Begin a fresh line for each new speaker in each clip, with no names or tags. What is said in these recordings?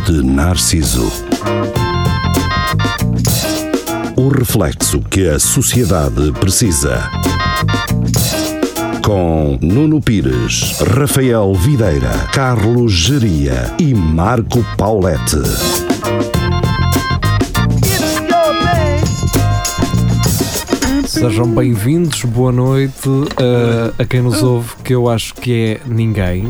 de Narciso. O reflexo que a sociedade precisa. Com Nuno Pires, Rafael Videira, Carlos Geria e Marco Paulette.
Sejam bem-vindos, boa noite a quem nos ouve, que eu acho que é ninguém.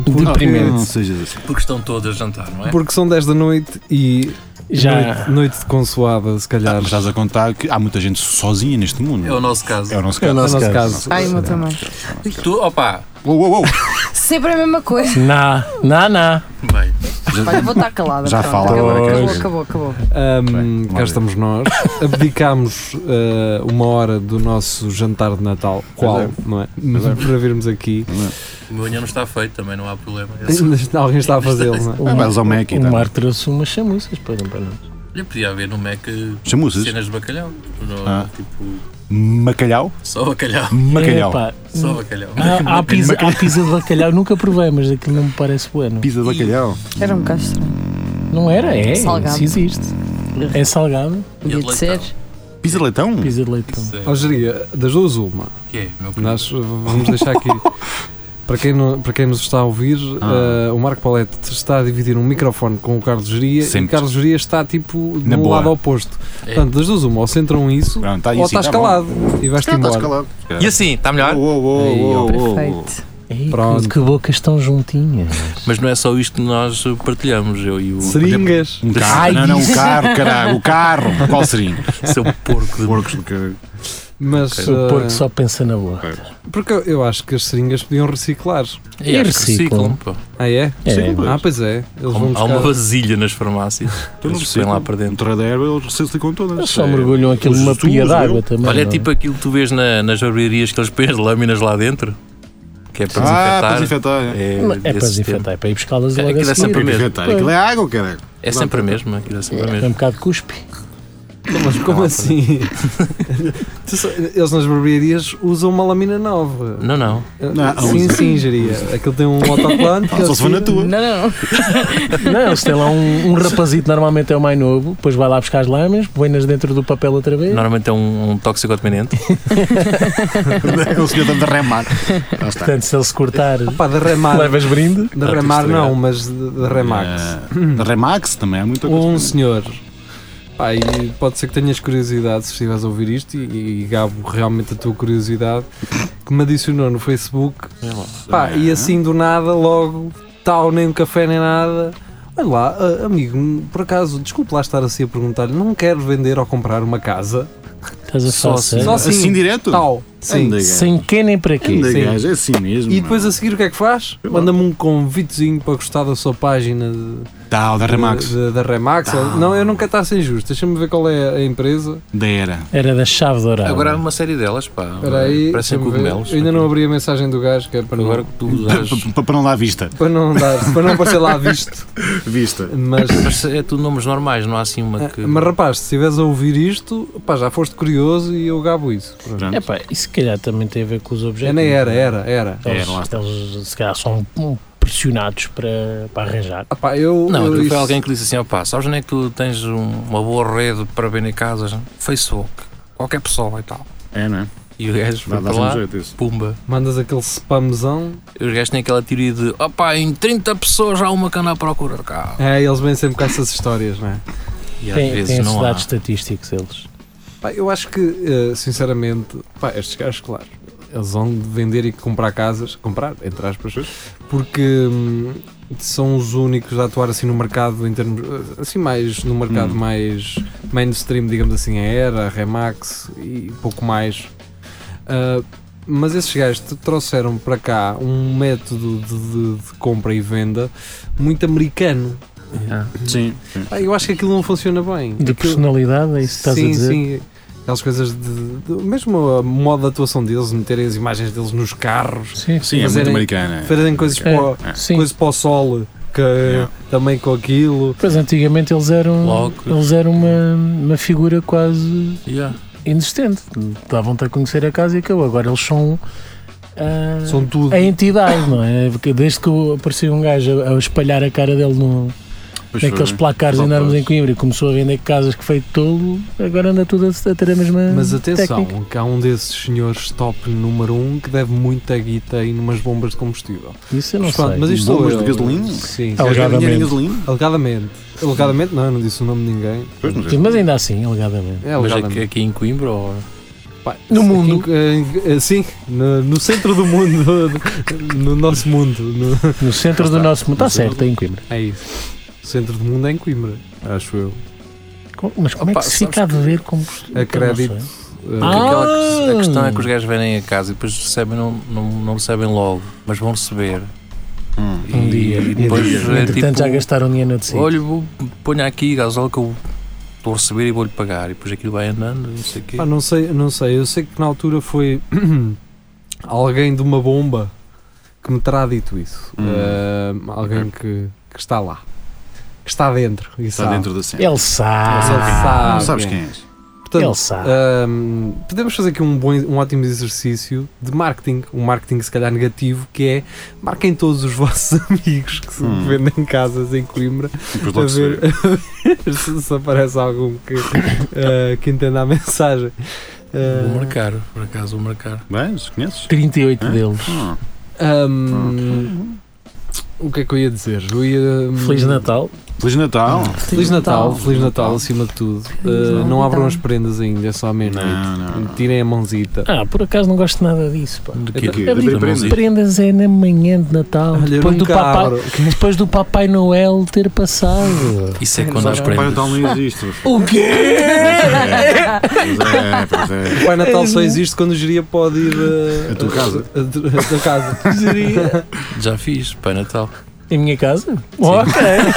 Porque estão todos a jantar, não é?
Porque são 10 da noite e
já
noite de consoada, se calhar.
Mas estás a contar que há muita gente sozinha neste mundo.
É o nosso caso.
É o nosso
É o
caso.
nosso caso.
Ai, o meu também.
Tu, opa,
Uou.
Sempre a mesma coisa.
não.
bem,
Olha, vou estar calada.
Já
pronto.
fala.
Acabou.
Cá estamos nós. Abdicámos uma hora do nosso jantar de Natal. Qual? Não é? Para virmos aqui.
o meu ainda não está feito, também não há problema.
Alguém está a fazê-lo, não é?
Vais ao Mac e
O
tal.
Marco trouxe umas chamuças para nós.
Eu podia haver no Mac
Chamuças?
cenas de bacalhau. Tipo,
Macalhau?
só bacalhau.
Macalhau.
Epá,
Só bacalhau.
há pizza de bacalhau, nunca provei, mas aquilo não me parece bueno.
Pizza de bacalhau?
Era um bocado estranho.
Não era? É,
Salgado.
isso existe. É salgado,
Podia de ser.
Pizza de leitão?
pizza de leitão.
Ó, Geria, das duas uma.
Que é, meu querido?
Nós vamos deixar aqui. Para quem nos está a ouvir, o Marco Paulette está a dividir um microfone com o Carlos Geria e o Carlos Geria está tipo
Na
no
boa.
lado oposto. Portanto, das duas uma, ou centram isso
Pronto, tá aí,
ou
sim,
estás
tá
calado e vais-te
Estás
embora.
calado.
E assim, está melhor?
Perfeito.
Ei,
Pronto.
que bocas estão juntinhas.
Mas não é só isto que nós partilhamos, eu e o
Seringas.
Um carro.
Ai,
Não,
isso.
o carro, caralho. O carro. Qual serinho?
seu porco de
Porcos do caralho.
Mas
O porco só pensa na boa.
porque eu acho que as seringas podiam reciclar.
E acho que
reciclam.
reciclam, pô.
Ah, é?
É,
Ah, pois é. Eles vão
Há uma
buscar.
vasilha nas farmácias. Eles põem lá para
Um
dentro.
torre de erva, eles reciclam todas.
eles só mergulham aquilo numa pia d'água também.
Olha, é
não
tipo aquilo que tu vês nas barbearias que eles põem as lâminas lá dentro. Que é para
Para
desinfetar.
desinfetar.
É para
desse
desinfetar,
sistema.
é para ir buscá-las
É,
logo
aquilo
a
é
seguir.
sempre mesmo.
Desinfetar. Aquilo é água, caralho.
É sempre a mesma. Aquilo é sempre a
É um
mesma.
bocado de cuspe.
Mas como assim? Eles nas barbearias usam uma lâmina nova.
Não.
Não,
Sim,
usa.
sim, Geria. Aquilo tem um autocolante. que
Só
eles
se for na
tiram.
tua.
Não.
Não, eles têm lá um rapazito, normalmente é o mais novo, depois vai lá buscar as lâminas, põe-nas dentro do papel outra vez.
Normalmente é um toxicodependente.
É o senhor da remar.
Portanto, se ele se cortar,
Pá, de remar.
levas brinde.
De remar não, mas de Remax.
Da Remax também há muita coisa.
Um senhor, pá, e pode ser que tenhas curiosidade se estiveres a ouvir isto e gabo realmente a tua curiosidade, que me adicionou no Facebook, pá, e assim do nada, logo, tal, nem um café nem nada. Olha lá, amigo, por acaso, desculpe lá estar assim a perguntar-lhe, não quero vender ou comprar uma casa?
Estás a falar sério?
Só assim,
Assim direto?
tal, sim.
Anda,
Sem quê nem para quê.
Anda,
Sim.
gajo, é assim mesmo.
E depois a seguir o que é que faz? Manda-me um convitezinho para gostar da sua página
Tal, da Remax.
da Remax. Não, eu não quero estar a ser injusto. Deixa-me ver qual é a empresa.
Da Era.
Era da chave dourada.
Agora há uma série delas, pá.
Espera aí,
Parecem
deixa-me ver.
cogumelos.
Eu ainda não abri a mensagem do gajo, que é para não,
Agora que tu usas.
Para não dar vista.
para não aparecer lá visto.
Vista.
Mas
É tudo nomes normais, não há assim uma que.
mas rapaz, se estiveres a ouvir isto, pá, já foste curioso e eu gabo isso.
Pronto.
Epá, e se calhar também tem a ver com os
É
objetos.
na era.
Eles,
lá está.
eles se calhar são pressionados para arranjar.
Ah, pá, eu
Não,
isso-
foi alguém que disse assim: opá, sabes onde é que tu tens uma boa rede para vender casas? Facebook. Qualquer pessoa e tal.
É, não é?
E o gajo foi
Dá
para lá,
um jeito isso.
pumba.
mandas aquele spamzão.
E os gajos têm aquela teoria de: opá, em 30 pessoas há uma que anda à procura de carro.
É, eles vêm sempre com essas histórias, não é?
E às
Tem
vezes
esses
não há.
dados estatísticos eles.
Pá, eu acho que, sinceramente, pá, estes gajos, claro, eles vão vender e comprar casas, comprar, entre aspas, porque são os únicos a atuar assim no mercado, em termos, assim mais, no mercado mais mainstream, digamos assim, a Era, a Remax e pouco mais. Mas esses gajos trouxeram para cá um método de compra e venda muito americano.
Sim.
Pá, eu acho que aquilo não funciona bem.
De personalidade, é isso que estás
sim,
a dizer?
Sim, aquelas coisas mesmo a modo de atuação deles, meterem as imagens deles nos carros,
Sim,
Sim, é muito
Fazerem-
americana.
fazerem coisas,
sim.
coisas para o sol, que, também com aquilo.
Pois antigamente eles eram uma figura quase inexistente. Davam-te a conhecer a casa e acabou. Agora eles são
São tudo.
a entidade, não é? Porque desde que apareceu um gajo a espalhar a cara dele naqueles placares enormes em Coimbra e começou a vender casas que foi tolo, agora anda tudo a ter a mesma
Mas atenção,
técnica.
que há um desses senhores top número 1 que deve muita guita aí numas bombas de combustível.
Isso eu não
Pronto,
sei.
mas isto sou
Bombas
eu.
de gasolina?
Sim,
Alegadamente.
Dinheiro em gasolina?
alegadamente. Alegadamente não, eu não disse o nome de ninguém.
Pois, não
Sim,
sei.
mas ainda assim, alegadamente.
É
Mas
alegadamente.
aqui em Coimbra ou...
Pá,
No
aqui,
mundo.
sim, no centro do mundo, no nosso mundo.
No centro do nosso mundo. Está certo, é em Coimbra.
É isso. O centro do mundo é em Coimbra, acho eu.
Mas como é que se fica a beber combustível?
Acredito.
A questão é que os gajos vendem a casa e depois recebem, não recebem logo, mas vão receber.
Um dia.
E depois
Entretanto, já gastaram dinheiro no tecido.
olha, ponha aqui gasóleo que eu estou a receber e vou-lhe pagar. E depois aquilo vai andando, não sei o quê.
Pá, não sei. Eu sei que na altura foi alguém de uma bomba que me terá dito isso. Alguém que está lá. Que está dentro. E
Está
sabe.
dentro da cena.
Ele sabe.
Ele sabe.
Não sabes quem és.
Portanto,
Ele sabe.
podemos fazer aqui um ótimo exercício de marketing. Um marketing se calhar negativo, que é marquem todos os vossos amigos que vendem casas em Coimbra
Depois
a
logo se
ver,
vê.
se aparece algum que entenda a mensagem.
Vou marcar, por acaso vou marcar.
Bem, se conheces?
38 deles.
O que é que eu ia dizer? Eu ia,
Feliz Natal.
Feliz Natal.
Feliz Natal, acima de tudo. Não abram as prendas ainda, é só à meia-noite.
Não.
Tirem a mãozita.
Por acaso não gosto nada disso. Pá.
De quê?
quê?
Da
De
mãozinha?
Prendas é na manhã de Natal.
Olha,
Depois do,
nunca abro.
depois do Papai Noel ter passado.
Isso é quando as
O Pai
prendas.
Natal não existe.
O quê?
Pois é.
O Pai Natal só existe quando o geria pode ir
A tua casa.
A tua casa.
Já fiz, Pai Natal.
Em minha casa? Ok.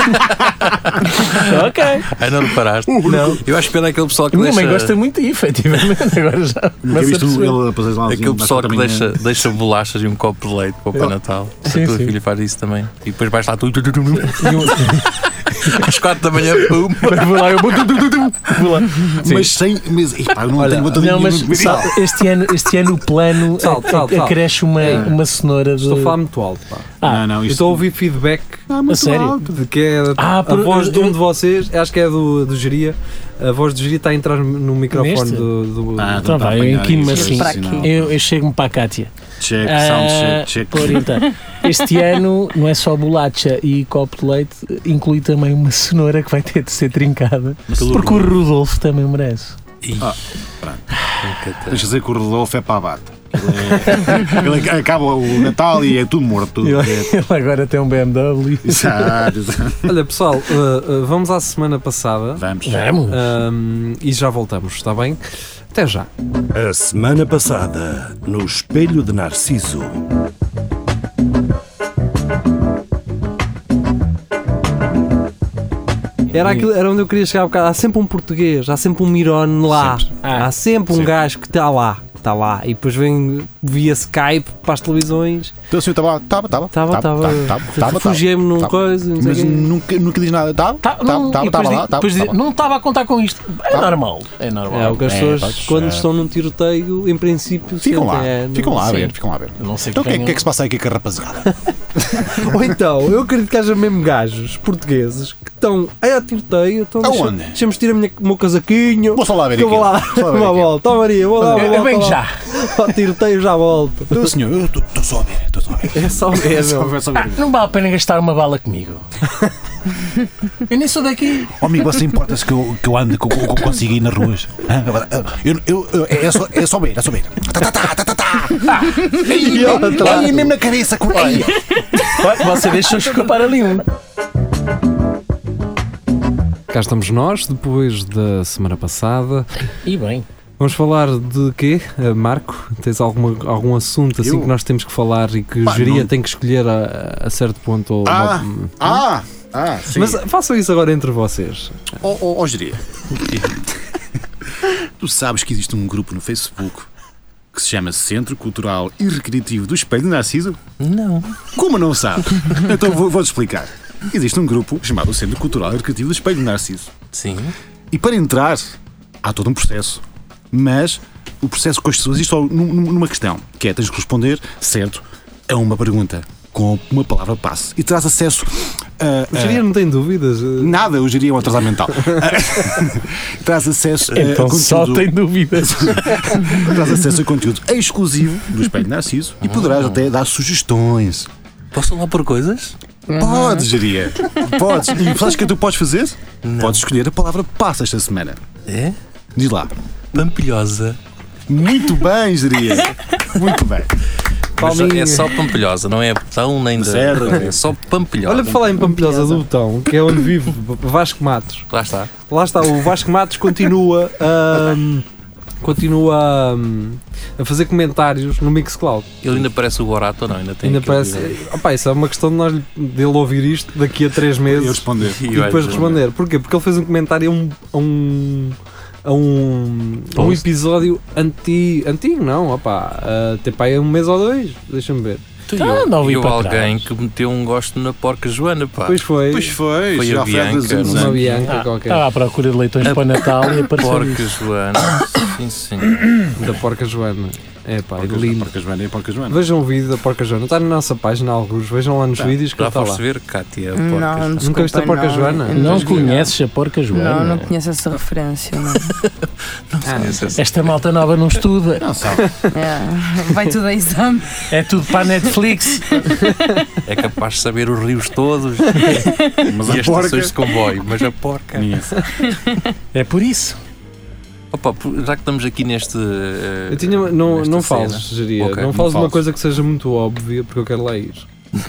Ok.
Ai, não reparaste?
Não.
Eu acho pena aquele pessoal que
A minha
deixa.
mãe gosta muito de efetivamente. Agora já.
Nunca
começa a
viste
perceber.
ele a fazer lá
Aquele pessoal que deixa bolachas e um copo de leite para o Pai Natal.
Sim,
A tua
sim.
filha faz isso também. E depois vais lá tu.
E um-
Às 4 da manhã, pum.
Vou lá, eu vou lá. Sim.
Mas sem. Mas, epá, eu não
Olha,
tenho vontade
Não, mas
nenhuma de
sabe, este ano o plano
Sal.
acresce uma cenoura de...
Estou a falar muito alto, pá.
Não,
Eu
isto.
estou a ouvir feedback
a sério?
de que é a
por-
voz de um de vocês, acho que é do Geria. A voz do Geria está a entrar no microfone
Neste?
do
Então vai, eu enquimo assim.
Para aqui.
Eu chego-me para a Cátia.
Check,
Ah,
sound check.
por então, este ano não é só bolacha e copo de leite, inclui também uma cenoura que vai ter de ser trincada. Porque o Rodolfo também merece.
Deixa eu dizer que o Rodolfo é para a bata. Ele acaba o Natal e é tudo morto.
Ele agora tem um BMW.
Exato.
Olha, pessoal, vamos à semana passada.
Vamos.
Vamos.
E já voltamos, está bem? Até já.
A semana passada, no Espelho de Narciso.
Era onde eu queria chegar um bocado. Há sempre um português, há sempre um Mirone lá.
Sempre.
Há sempre um gajo que está lá. Está lá. E depois vem via Skype para as televisões.
Então assim, estava.
Refugiei-me num
Tava.
coisa. Não sei
Mas
o quê.
nunca diz nada. Estava lá.
Depois não estava a contar com isto. É normal. É normal.
É o que as pessoas,
pois,
quando estão num tiroteio, em princípio,
Ficam lá.
sentem,
Ficam lá a
sim.
ver. Ficam lá a ver.
Eu não sei
Então o que é que se passa aqui com a rapaziada?
Ou então, eu acredito que haja mesmo gajos portugueses que estão a tiroteio. Então
Aonde?
deixa-me tirar o meu casaquinho.
Vou só lá ver
Que eu
aqui.
vou lá dar uma volta. Ó Maria, vou lá.
Eu venho já.
Ao tiroteio já volto.
Então senhor, eu estou só a ver. Estou só a ver.
É só mesmo.
Só a ver.
Não vale a pena gastar uma bala comigo. Eu nem sou daqui.
Oh, amigo, você importa-se que eu ande, que eu consiga ir nas ruas? Hã? É só ver, é só ver. Aí mesmo na cabeça. Aí.
Você deixou escapar ali um.
Cá estamos nós, depois da semana passada.
E bem.
Vamos falar de quê, Marco? Tens algum assunto assim
Eu?
que nós temos que falar e que o
Pá,
geria
não.
tem que escolher a certo ponto? Ou
Sim.
Mas façam isso agora entre vocês.
Ó, Geria. Tu sabes que existe um grupo no Facebook que se chama Centro Cultural e Recreativo do Espelho de Narciso?
Não.
Como não sabe? Então vou-te explicar. Existe um grupo chamado Centro Cultural e Recreativo do Espelho de Narciso.
Sim.
E para entrar, há todo um processo. Mas o processo com as pessoas existe só numa questão, que é tens de responder certo a uma pergunta com uma palavra passe e terás acesso
O Jeria não tem dúvidas.
Nada, o Jeria é um atrasado mental. Traz acesso a
Então só
conteúdo.
tem dúvidas.
Traz acesso a conteúdo exclusivo do Espelho Narciso e poderás até dar sugestões.
Posso falar por coisas?
Podes, Jeria. Podes. E sabes o que tu podes fazer?
Não.
Podes escolher a palavra passo esta semana.
É?
Diz lá.
Pampilhosa.
Muito bem, Jeria. Muito bem.
Mas
Palminha.
é só pampilhosa, não é botão nem da
Certo.
É só pampilhosa.
Olha, para falar em Pampilhosa do Botão, que é onde vive Vasco Matos.
Lá está.
Lá está, o Vasco Matos continua a fazer comentários no Mixcloud.
Ele ainda parece o Borato ou não? Ainda tem
Ainda
aquele
parece.
vídeo.
Opá, isso é uma questão dele ouvir isto daqui a 3
Eu
meses
responder.
e depois responder. Porquê? Porque ele fez um comentário a um episódio antigo, não, opá, até pá, é 1 mês ou 2, deixa-me ver.
não vi
E houve
para
alguém
trás.
que meteu um gosto na porca Joana, pá.
Pois foi,
Pois foi.
Foi
já
a Bianca,
há 2
uma
anos.
Bianca qualquer,
Estava à procura de leitões para o Natal e apareceu
Porca
isso.
Joana. Sim, sim.
da Porca Joana. É pá, é lindo.
Porca Joana e Porca Joana.
Vejam o vídeo da Porca Joana, está na nossa página, alguns, vejam lá nos vídeos que
Já
está lá.
foste ver, Cátia, a porca?
Não,
Nunca viste a Porca Joana?
Não conheces a porca Joana?
Não conheço essa referência. Não.
Esta malta nova não estuda.
Não sabe.
Vai tudo a exame.
É tudo para a Netflix.
É capaz de saber os rios todos
Mas
e
a
as
porca.
estações de comboio, mas a porca.
É por isso.
Opa, já que estamos aqui neste.
Eu tinha, não
nesta
fales,
cena.
Geria,
Ok,
não fales de uma
fales.
coisa que seja muito óbvia, porque eu quero lá ir.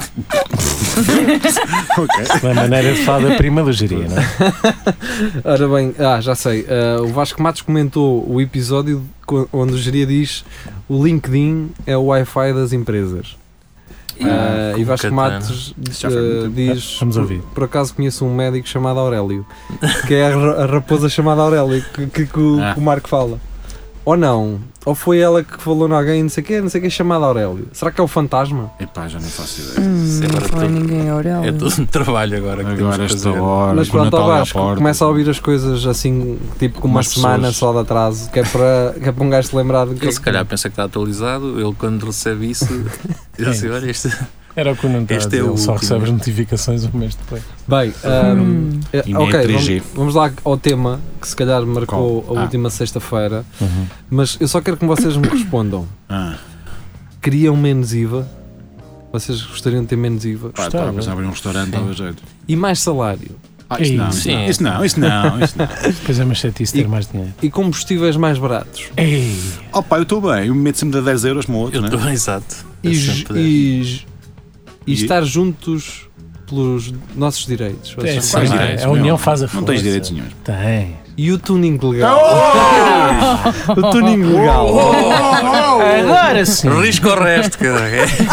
Uma maneira de falar da prima do Jeria, não é?
Ora bem, já sei, o Vasco Matos comentou o episódio onde o Geria diz o LinkedIn é o Wi-Fi das empresas. E Vasco
Catano.
Matos
Já foi muito tempo.
diz,
Vamos ouvir.
por acaso conheço um médico chamado Aurélio, que é a raposa chamada Aurélio, que o Marco fala. Ou não, ou foi ela que falou em alguém, não sei o que, chamada Aurélio. Será que é o fantasma?
Epá, já não faço ideia.
Não
agora
falei
tudo-
ninguém, Aurélio.
É todo um trabalho agora que
Agora
temos que
esta
fazer.
hora.
Mas
com o
pronto, ao
Natal à
Vasco,
porta.
começa a ouvir as coisas assim, tipo com uma
Umas
semana
pessoas.
só de atraso, que é para um gajo se lembrar do que
Ele
é
se
que-
calhar pensa que está atualizado, ele quando recebe isso, diz assim, olha, este
Era o que eu não estava a
Este
dizer.
é o
Ele só
último.
recebe as notificações um mês depois.
Bem,
E nem
ok,
3G.
vamos lá ao tema que se calhar marcou
Qual?
a última sexta-feira, mas eu só quero que vocês me respondam.
Ah,
Queriam menos IVA? Vocês gostariam de ter menos IVA?
pá, estava a pensar em abrir um restaurante, dava jeito.
E mais salário?
Isso não,
Sim.
isso não, isso não, isso não.
Depois é uma chatice ter mais dinheiro.
E combustíveis mais baratos?
Ei,
Oh pá, eu estou bem, eu meto sempre de 10 euros para o outro,
eu
né?
estou exato.
E,
Eu
j-
sempre
e, e estar juntos pelos nossos direitos?
é,
Vocês-
sim,
Quais
a
direitos,
União
meu?
faz a força.
Não tens direitos nenhum.
Tem.
E o tuning legal? O tuning legal.
Agora sim.
Risco o resto, cara.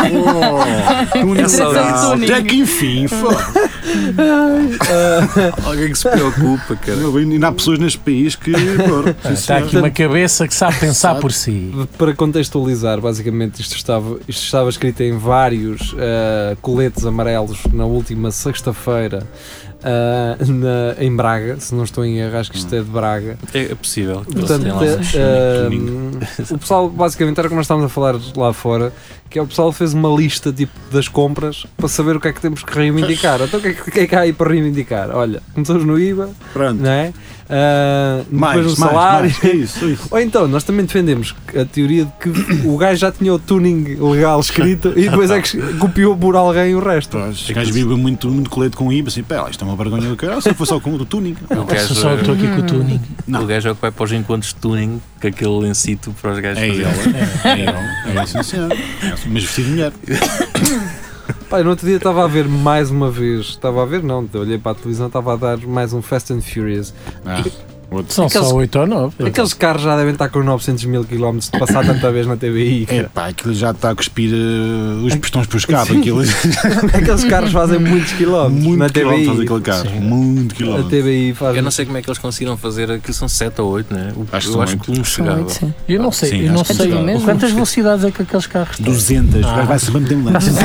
É só isso.
Até que enfim,
Alguém que se preocupa, cara.
ainda há pessoas neste país que.
Está aqui uma cabeça que sabe pensar por si.
Para contextualizar, basicamente isto estava escrito em vários coletes amarelos na última sexta-feira em Braga, se não estou em erro, acho que isto é de Braga.
É possível. que eles
Portanto,
tenham lá
o pessoal basicamente era como nós estávamos a falar lá fora, que é o pessoal fez uma lista tipo das compras para saber o que é que temos que reivindicar. Então o que é que há aí para reivindicar? Olha, começamos no IVA,
Pronto.
não é? Depois
Mais,
no salário.
mais. Isso.
Ou então, nós também defendemos a teoria de que o gajo já tinha o tuning legal escrito e depois é que copiou por alguém o resto.
Os gajos vivem muito colete com IVA, assim, pá, isto é uma vergonha do caralho, se foi só com o tuning.
O gajo,
Só estou aqui com o tuning.
Não.
o gajo é o que vai para os encontros de tuning, com aquele lencito para os gajos
É
fazerem.
ele, é assim, senhor. Mas vestido de mulher.
Pá, no outro dia estava a ver mais uma vez, olhei para a televisão, estava a dar mais um Fast and Furious.
São
Aqueles-
só 8 ou 9.
Aqueles carros já devem estar com 900 mil km de passar tanta vez na TVI.
É
Cara.
pá, aquilo já está a cuspir os pistões para o escape. Aquilo.
Aqueles carros fazem muitos quilómetros na
Muito quilómetro faz
TVI.
aquele carro.
Sim.
Muito
A
quilómetro.
TVI faz.
Eu não sei como é que eles conseguiram fazer, aquilo são 7 ou 8, né?
Acho que
Eu
são
acho que um chegava.
Muito, sim.
Eu não sei,
Sim,
eu não
acho que
sei
sim. Mesmo?
quantas velocidades é que aqueles carros têm.
200, vai sempre meter um lance.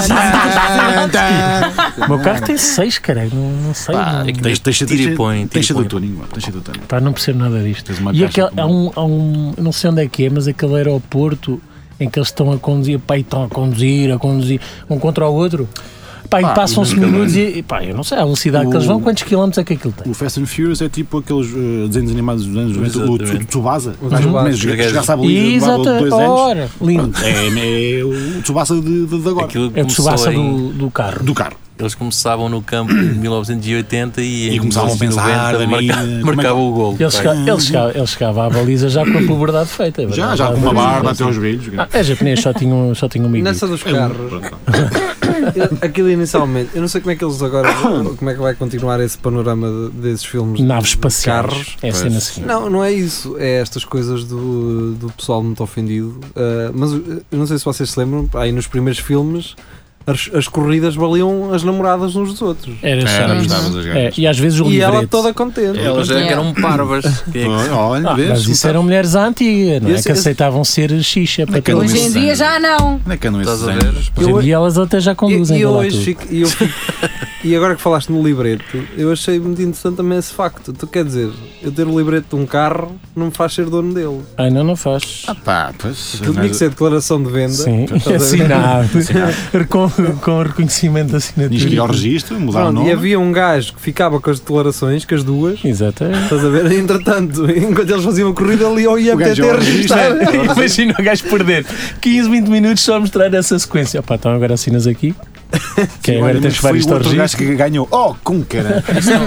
O meu carro tem 6, caralho, não sei.
Pá,
não,
é que
Deixa
tira e põe, tira e
do
põe.
tuning, mano. Deixa do tuning.
pá, não percebo nada disto.
Tens uma
E
caixa
aquele,
com-
há um, não sei onde é que é, mas aquele aeroporto em que eles estão a conduzir, pá, e estão a conduzir, um contra o outro. Pá, Pá, e passam-se minutos e pá, eu não sei, a velocidade que eles vão, quantos quilómetros é que aquilo tem?
O Fast and Furious é tipo aqueles desenhos animados dos anos 90, o Tsubasa.
Tsubasa.
Chegasse à baliza
Exato,
2 anos.
ora, lindo.
É o Tsubasa de agora.
Aquilo
É o Tsubasa
começou
do carro.
Do carro.
Eles começavam no campo em 1980 e em
começavam a pensar
1990 marcavam o gol.
Ele chegava à baliza já com a puberdade feita. é verdade.
Já com uma barba até aos joelhos.
É japonês, só tinha um amigo.
Nessa dos carros, aquilo inicialmente, eu não sei como é que eles agora, como é que vai continuar esse panorama desses filmes.
Naves
de
espaciais.
carros.
É a cena seguinte.
Não é isso, é estas coisas do pessoal muito ofendido. Mas eu não sei se vocês se lembram, aí nos primeiros filmes as corridas valiam as namoradas uns dos outros.
Era
Era,
e às vezes o
E ela
livrete.
toda contente.
Elas é que eram parvas.
Olha, vês?
Mas isso eram mulheres à antiga, não é? Que aceitavam ser xixa para
Naquela
todos.
Hoje em dia já não.
Não é que não
Estás
esses
a ver?
anos.
Hoje em dia elas até já conduzem.
E
vê lá
hoje
tudo.
e agora que falaste no libreto, eu achei muito interessante também esse facto. Tu quer dizer, eu ter o libreto de um carro não me faz ser dono dele.
Ai, não faz.
Pá, pois.
Aquilo tinha que ser declaração de venda.
Sim,
Estás a ver?
assinado. com reconhecimento de assinatura.
Diz que ir ao registro, mudar o
Pronto,
nome.
e havia um gajo que ficava com as declarações, com as duas.
Exatamente.
Estás a ver? Entretanto, enquanto eles faziam a corrida, ali ao
O gajo
IMTT
ao registro.
registrar.
Imagina o gajo perder 15, 20 minutos só a mostrar essa sequência. Opa, então agora assinas aqui. Que
Sim,
agora
olha,
tens
mas foi
vários
o outro gajo
registros.
que ganhou. Oh, com cara.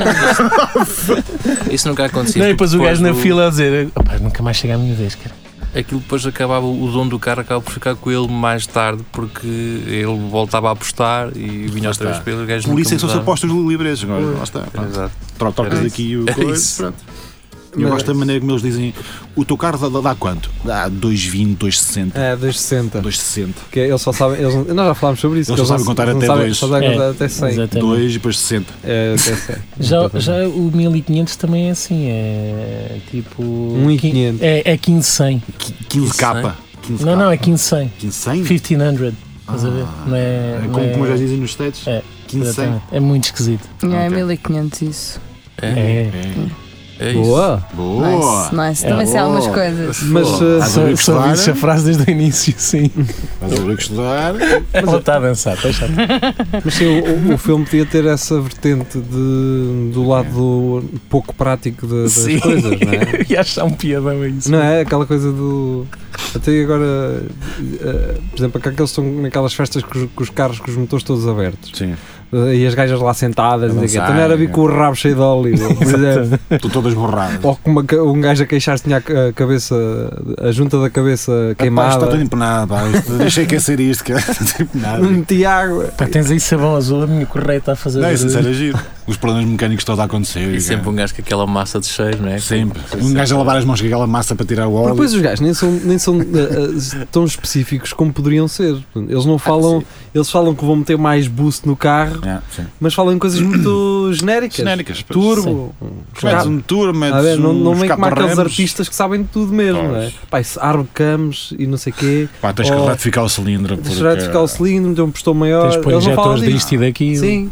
Isso nunca acontecia.
Não, e depois o gajo na
do-
fila a dizer: opa, nunca mais chega a minha vez, cara.
Aquilo depois acabava, o dono do carro acaba por ficar com ele mais tarde porque ele voltava a apostar e vinha outra vez para ele. O gajo
Por isso é que
nunca
são
mudava.
apostas livres. Agora, lá está. pronto.
Exato.
Trocas
Era
aqui o
Era
coisa.
isso.
Pronto. Eu gosto da maneira como eles dizem: o teu carro dá quanto? Dá 2,20, 2,60.
É, 260.
2,60.
Que eles só sabem. Nós já falámos sobre isso.
Eles
que
só sabem contar até dois.
Só sabem contar até 100.
Exatamente.
2 e depois 60.
É, até 100.
Já o 1500 também é assim, é tipo.
1.500.
É 1500.
15K.
Não, é 1500.
1500?
1500. Estás a ver? Não é. não
Como já
é-
dizem nos States?
É,
1500.
exatamente. É muito esquisito.
É
Ok.
1500 isso.
É.
É isso.
Boa!
Boa!
Nice. Também sei algumas coisas.
Mas,
Estás a ver que
Só
estudar?
disse a frase desde o início, sim.
Estás a ver que estudar?
Ela está a dançar, deixa.
mas sim, o filme podia ter essa vertente do lado pouco prático das
Sim.
coisas, não é?
E achar um piadão a isso.
Não é? Aquela coisa do. Até agora, por exemplo, aqueles estão naquelas festas com os carros com os motores todos abertos.
Sim.
E as gajas lá sentadas,
A
não sei o quê.
dançar,
Então não era vir com o rabo cheio de óleo, por exemplo.
Estou todas borradas.
Ou com um gajo a queixar-se tinha a cabeça, a junta da cabeça
Está
queimada.
tudo empenado, pá. Deixei aquecer isto, que está empenado.
Não meti água.
Pá, tens aí sabão azul, a minha correia está a fazer.
Não, isso era giro. Os problemas mecânicos todos a acontecer.
E sempre um gajo com aquela massa de cheiro, não é?
Sempre. Um gajo a lavar as mãos com aquela massa para tirar o
Porque
óleo.
depois os gajos nem são tão específicos como poderiam ser. Eles não falam, eles falam que vão meter mais boost no carro,
Sim.
mas falam em coisas muito genéricas.
Genéricas.
Turbo.
Metes um turbo,
A ver, não vem como aqueles
escaparremos.
artistas que sabem de tudo mesmo, não é? Pá, isso arbocamos e não sei o quê.
Pá, tens que
Oh,
ratificar o cilindro.
Deixar de ficar o cilindro, meter um pistão maior.
Tens de pôr
Eles não falam
injetores
disto.
disto e daquilo.
Sim.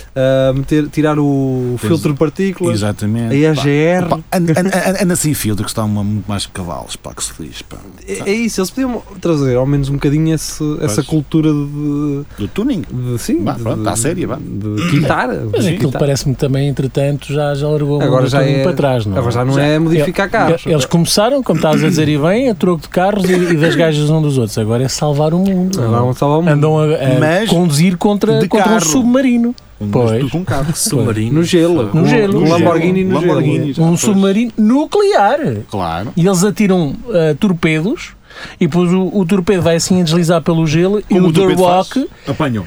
Tirar o filtro de partículas.
Exatamente.
A EGR.
Pá, anda sem filtro que está muito mais que cavalos, pá, que se diz. Pá.
É isso, eles podiam trazer ao menos um bocadinho essa cultura
Do tuning.
sim,
Vá, pronto, está à séria, vá.
de quitar.
Mas
de
aquilo
quitar.
parece-me também, entretanto, já largou
Agora já é-
para trás, não é?
Agora já não é modificar carros.
Eles começaram, como estás a dizer, e bem, a troco de carros e das gajas uns dos outros. Agora é salvar o mundo.
Agora vão salvar o mundo.
Andam a
Mas
conduzir contra
de
um
carro.
submarino. Pois.
Tudo com carro.
Submarino.
No gelo.
No gelo.
Um Lamborghini no
Lamborghini.
gelo.
Um submarino nuclear.
Claro.
E eles atiram torpedos e depois o torpedo vai assim a deslizar pelo gelo e
Como
o
o
The
torpedo
Rock
Apanham.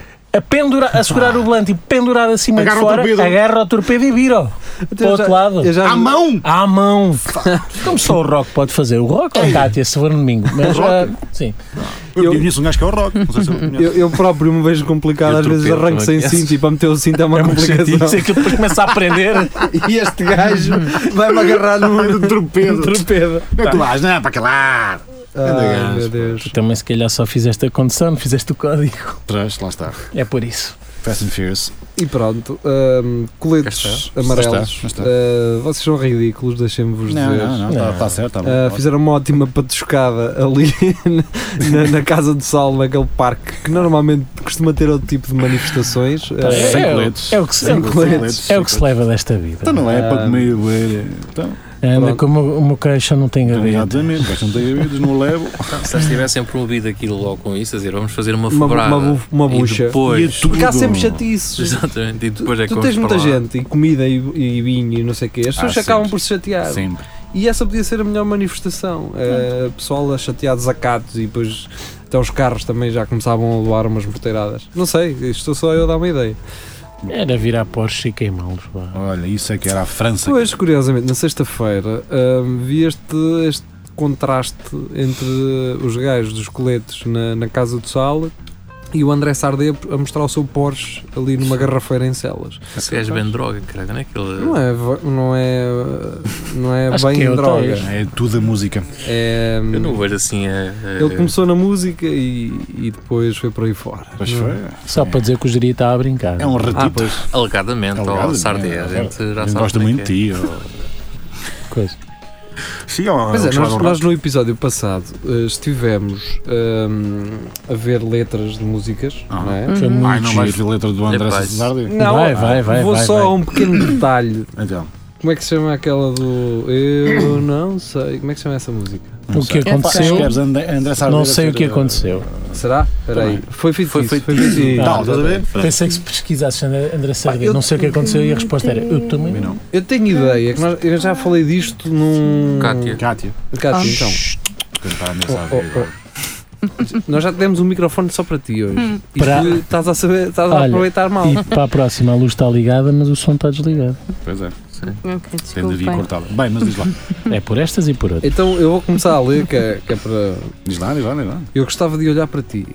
a segurar o volante e pendurado acima
Agarra
de
o
fora,
torpedo.
agarra o torpedo e vira para o outro lado.
Eu já
À mão!
À mão! Como só o Rock pode fazer? O Rock ou a Cátia, se for no domingo? Mas,
Rock.
sim.
Eu conheço um gajo que é o Rock. Não sei se eu conheço.
eu próprio me vejo complicado,
Eu
às vezes
torpedo
arranco sem
também
cinto e para meter o cinto é uma complicação.
Isso é que depois começa a aprender.
E este gajo vai-me agarrar no
Torpedo.
torpedo.
Não é que vais, não é para calar.
Ai, meu Deus.
Tu também se calhar só fizeste a condução, não fizeste o código.
Trás, lá está.
É por isso.
Fast and Furious.
E pronto, coletes amarelos. Vocês são ridículos, deixem-me-vos dizer.
Não, está certo.
Fizeram uma ótima patuscada ali na Casa do Sol, naquele parque que normalmente costuma ter outro tipo de manifestações.
Sem coletes.
É o que se leva desta vida.
Então não é para comer e beber. Então,
anda como o meu caixa não tem gaveta.
Exatamente, o caixa não tem gavetas, não o levo.
Se eles tivessem promovido aquilo logo com isso, a dizer, vamos fazer uma febrada.
Uma bucha.
E depois...
Porque há sempre chatices.
Exatamente, e depois é que
tu tens muita gente, e comida e vinho e não sei o quê. As pessoas acabam por se chatear.
Sempre.
E essa podia ser a melhor manifestação. O pessoal a chatear desacatos e depois até os carros também já começavam a levar umas morteiradas. Não sei, estou só eu a dar uma ideia.
Era virar Porsche e queimá-los.
Olha, isso é que era a França.
Pois, curiosamente, na sexta-feira vi este contraste entre os gajos dos coletes na Casa do Sal e o André Sardé a mostrar o seu Porsche ali numa garrafeira em Celas.
Esse gajo vende droga, caralho, não é aquele...
Não é
Acho
bem
que é
droga.
É tudo a música.
Eu não vejo assim...
Ele começou na música e depois foi por aí fora.
Pois foi.
Só para dizer que o Jiri está a brincar.
É um ratito.
Pois.
Alegadamente, ao Sardé, a gente já sabe.
Gosta muito de ti.
Coisa.
Sim,
Mas nós no episódio passado estivemos a ver letras de músicas, não é?
Foi muito
não vais
giro.
ver letra do André Sardi?
Não,
vai,
vou só a um pequeno detalhe.
Então.
Como é que se chama aquela do Eu não sei? Como é que se chama essa música?
O que aconteceu?
André Sardi
Não sei o que aconteceu.
Será? Espera aí. Foi feito.
Não, estás a ver?
Pensei que se pesquisasses André Sardé, não sei o que aconteceu e a resposta era eu também não.
Eu tenho ideia, que eu já falei disto num...
Cátia.
Então. Nós já tivemos um microfone só para ti hoje. E tu estás a aproveitar mal.
E para a próxima a luz está ligada, mas o som está desligado.
Pois é.
Okay,
Tem de vir cortada. Bem, mas diz lá.
É por estas e por outras.
Então eu vou começar a ler, que é para...
Diz lá.
Eu gostava de olhar para ti.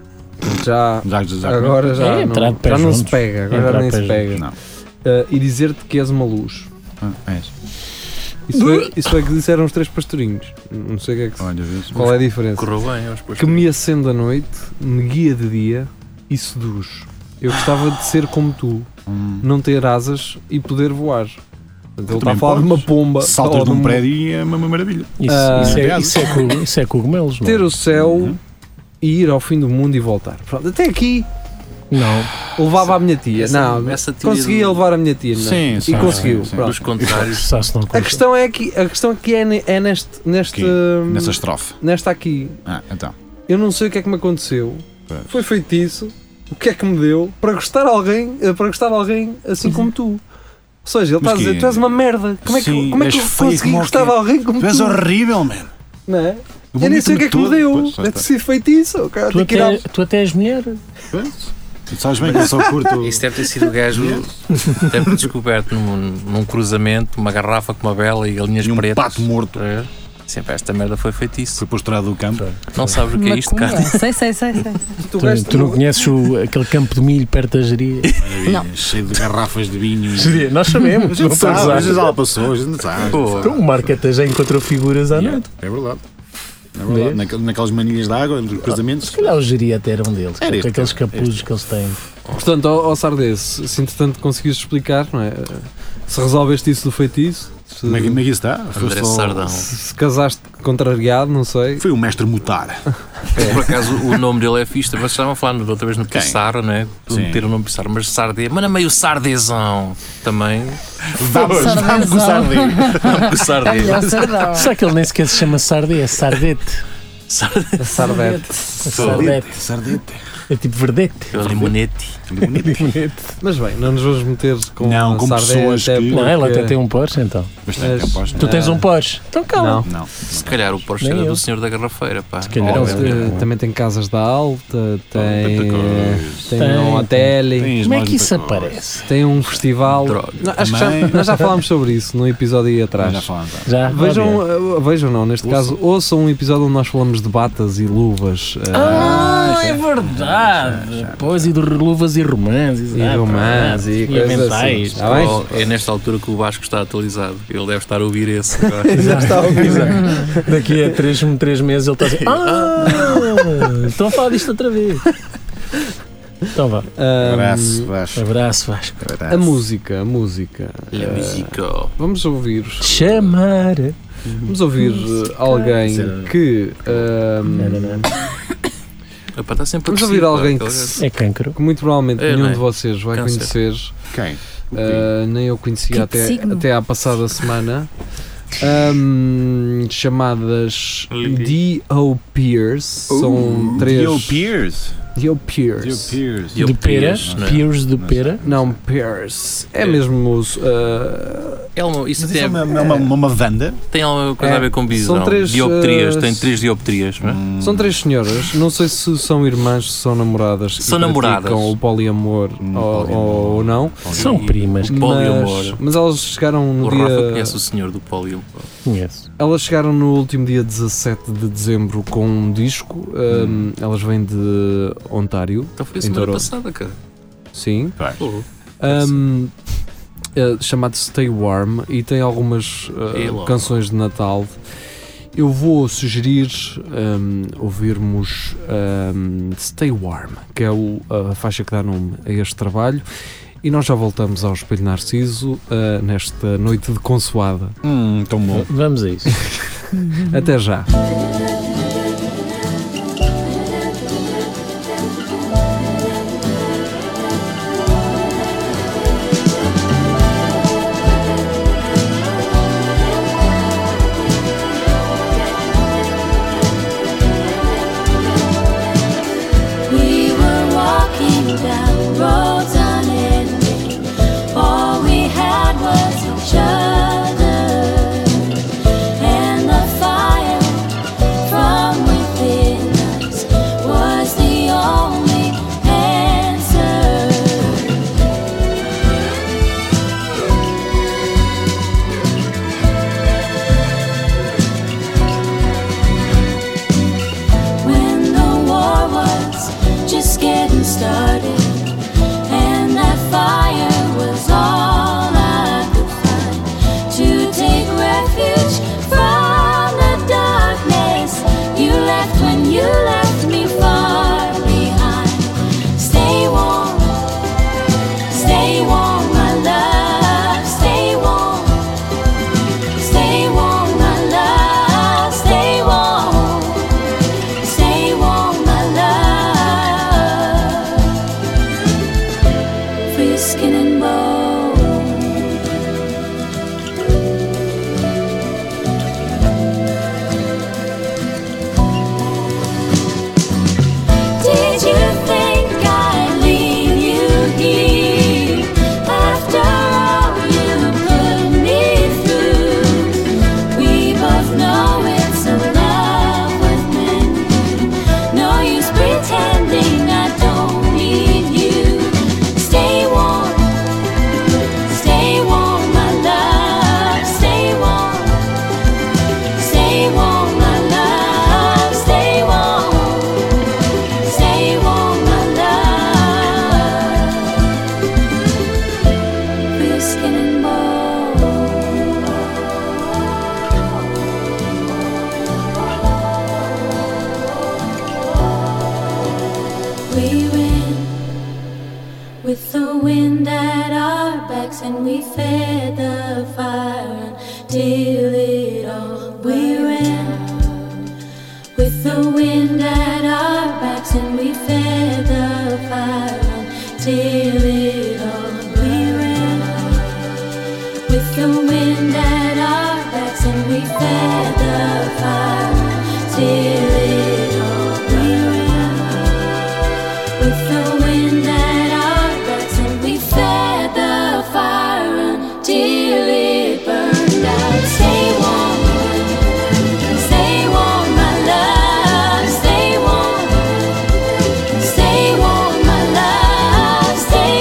Agora
É,
já não se pega. Agora já nem se pega.
Não.
E dizer-te que és uma luz.
És.
Isso foi que disseram os 3 pastorinhos. Não sei o que é que
Olha,
qual é a diferença.
Correu bem, aos postos.
Que me acende à noite, me guia de dia e seduz. Eu gostava de ser como tu, não ter asas e poder voar. Ele está a falar de uma pomba.
Saltas de um prédio e é uma maravilha.
Isso é cogumelos, não?
Ter o céu e ir ao fim do mundo e voltar. Pronto, até aqui
não.
levava a minha tia. Conseguia levar a minha tia.
Sim,
e conseguiu.
Dos contrários.
A questão é que é
nessa estrofe.
Nesta aqui.
Então.
Eu não sei o que é que me aconteceu. Foi feitiço. O que é que me deu para gostar de alguém assim como tu? Ou seja, ele está a dizer, tu és uma merda. Como é que eu consegui gostar de alguém como tu?
Tu és horrível, man.
Não é? Eu nem sei o que é que me deu. Deve ser feitiço.
Tu até és mulher.
Tu sabes bem que eu só curto.
Isso deve ter sido o gajo deve ter descoberto num cruzamento uma garrafa com uma vela e galinhas
e um
pretas.
Pato morto.
Sempre esta merda foi feitiço.
Foi posturado do campo.
Não sabes o que é isto, cara?
Sei.
Tu não conheces aquele campo de milho perto da Geria?
Não.
Cheio de garrafas de vinho.
Geria, nós sabemos.
A gente sabe, a gente já lá passou, a gente sabe.
Então o Marqueta já encontrou figuras à noite.
É verdade. Naquelas manilhas de água, entre cruzamentos.
Se calhar o Geria até era um deles, com aqueles capuzes que eles têm.
Portanto, ao Sardés, se entretanto conseguiste explicar, não é? Se resolveste isso do feitiço.
Como é que isso está?
André Sardão.
Se casaste contrariado, não sei.
Foi o mestre Mutar.
Por acaso o nome dele é fixe, mas estavam a falar outra vez no Pissarro, não é? Meter o nome Pissarro, mas Sardé, mano, é meio Sardezão também.
Vamos com o Sardé.
Será que ele nem sequer se chama Sardé? É Sardete.
Sardete.
É tipo verdete.
Limonete.
Mas bem, não nos vamos meter com
pessoas que...
Não, ela até tem um Porsche, então.
Bastante tem Porsche.
Tu tens um Porsche? Então calma.
Não.
Se calhar o Porsche era do senhor da garrafeira, pá.
Também tem casas da Alta, tem um hotel.
Como é que isso aparece?
Tem um festival. Acho que nós já falámos sobre isso num episódio aí atrás.
Já
Vejam não, neste caso, ouçam um episódio onde nós falamos de batas e luvas.
É verdade. Pois, e de luvas e romances.
E romances e coisas assim.
É nesta altura que o Vasco está atualizado. Ele deve estar a ouvir esse agora.
Já está a ouvir.
Daqui a 3 meses ele está a dizer estão a falar disto outra vez. Então vá.
Abraço, Vasco.
Abraço, Vasco.
A música. Vamos ouvir.
Chamar.
Vamos ouvir alguém que.
Está sempre
Vamos ouvir alguém que,
É cancro.
que muito provavelmente nenhum de vocês vai
Câncer.
conhecer.
Quem?
Nem eu conhecia
Que signo?
até à passada semana. Chamadas D.O. Pierce. São três.
Dio Pierce.
D.O. Pierce.
De pera.
não é?
Piers de pera.
Não, Pierce. É mesmo.
Isso
Mas isso é uma banda?
tem alguma coisa a ver com visão.
São três,
dioptrias, tem 3 dioptrias, não é?
São três senhoras. Não sei se são irmãs, se são namoradas.
São
e
namoradas.
praticam o poliamor ou não.
São primas.
Poliamor.
Mas elas chegaram no
O
dia.
Rafa conhece o senhor do poliamor.
Conheço.
Elas chegaram no último dia 17 de dezembro com um disco. Elas vêm de Ontário.
Então foi a
Em
semana
Toronto.
passada, cara.
Sim.
Oh.
Chamado Stay Warm e tem algumas
Hello.
canções de Natal. Eu vou sugerir ouvirmos Stay Warm, que é a faixa que dá nome a este trabalho. E nós já voltamos ao Espelho Narciso nesta noite de consoada.
Tão bom.
Vamos a isso.
Até já.
We were walking down roads unending. All we had was each other, and the fire from within us was the only answer. When the war was just getting started, and that fire was all I could find to take refuge from the darkness. You left when you left me far behind. Stay warm, my love. Stay warm, my love. Stay warm. Stay warm, my love, for your skin and bone. Did you think I'd leave you here after all you put me through? We both know it's a love with many. No use pretending I don't need you. Stay warm, my love. Stay warm, my love. Stay warm, my love, for your skin and bone. We ran with the wind at our backs, and we fed the fire until it all. We ran with the wind at our backs, and we fed the fire until it all. We ran with the wind at our backs, and we fed the fire till it all. We ran with the wind at our backs, and we fed the fire until it burned out. Stay warm, my love. Stay warm, my love. Stay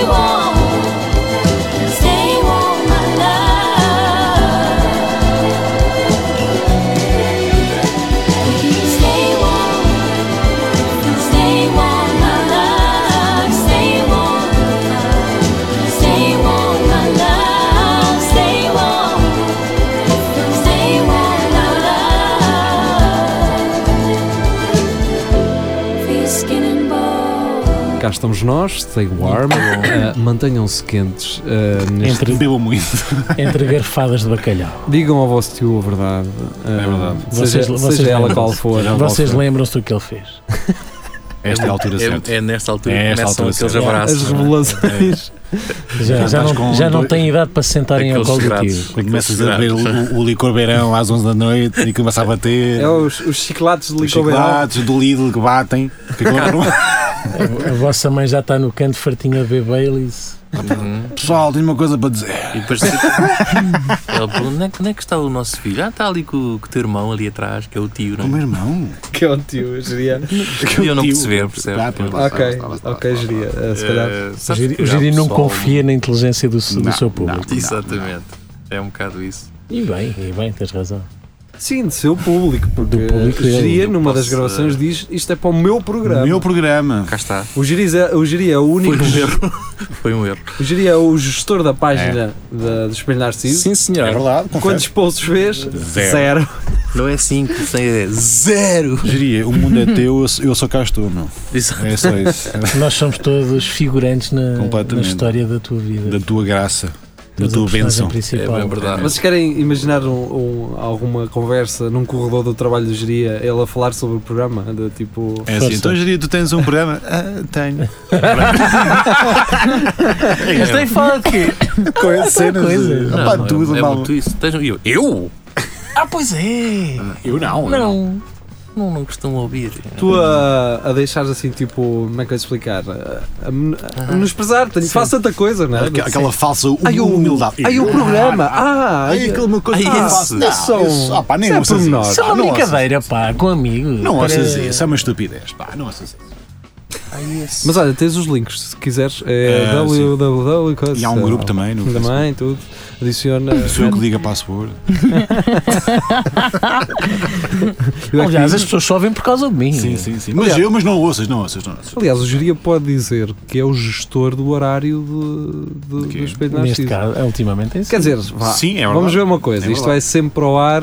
cá estamos nós, stay warm, mantenham-se quentes.
Bebam muito.
Entre garfadas de bacalhau.
Digam ao vosso tio a verdade. Seja ela qual for.
Vocês lembram-se do que ele fez?
Esta é a altura certa.
É nesta altura
É
que
esta
começam
altura
aqueles
certa.
abraços.
As revelações.
Já não tem idade para se sentarem ao colo do tio.
Quando começas a beber o licor beirão às 11 da noite e começa a bater.
É os chocolates de
Os
licor beirão.
chocolates do Lidl que batem.
A vossa mãe já está no canto fartinha de beber Baileys.
Pessoal, tenho uma coisa para dizer.
E depois ele pergunta, onde é que está o nosso filho? Está ali com o teu irmão ali atrás, que é o tio,
O
não
meu
é?
irmão.
Que é o tio, eu geria.
Eu não perceber, percebe?
Ok, geria. Se calhar.
O Giri não confia na inteligência do seu público.
Exatamente. É um bocado isso.
E bem, tens razão.
Sim, do seu público, porque
Do público
o Geria,
dele.
numa
Eu
das
posso,
gravações, diz isto é para o meu programa.
Meu programa.
Cá está.
O Geria é o único.
Foi um erro.
O Geria é o gestor da página do Espelho Narciso.
Sim, senhor.
É verdade.
Quantos posts fez?
Zero.
Não é 5, é 0.
Geria, o mundo é teu, eu só cá estou, meu. É só isso.
Nós somos todos figurantes na
Completamente.
história da tua vida.
Da tua graça. Da
És a
tua
personagem
bênção.
principal.
É bem verdade.
Vocês querem imaginar alguma conversa num corredor do trabalho do Geria, ele a falar sobre o programa? De tipo.
É assim, então Geria, tu tens um programa? Tenho.
Mas tem fala de quê?
Coisas.
Não,
Opá,
não,
tudo,
é
mal.
muito isso. Eu?
Pois é!
Eu não.
Não costumo ouvir.
Tu a deixares assim, tipo, como é que eu ia explicar? A menosprezar, faço tanta coisa, não é?
Aquela falsa
Ai,
humildade.
o programa!
Ai, aquela coisa que eu faço.
Isso são.
Pá, nem
isso é
ouças
pormenor.
isso.
Isso é uma
Não ouças
brincadeira, pá, com amigos.
Não ouças isso, é uma estupidez. Pá, não ouças isso.
Mas olha, tens os links, se quiseres, é www.
E há um grupo também no
Também, tudo. Adiciona.
Sou eu que diga password.
Aliás, as pessoas só vêm por causa de mim.
Sim. Mas não ouças.
Aliás, o Geria pode dizer que é o gestor do horário do Espelho
Neste
Narciso.
caso, ultimamente é isso.
Quer dizer, vá,
Sim, é verdade.
vamos ver uma coisa,
É
isto
verdade.
vai sempre ao ar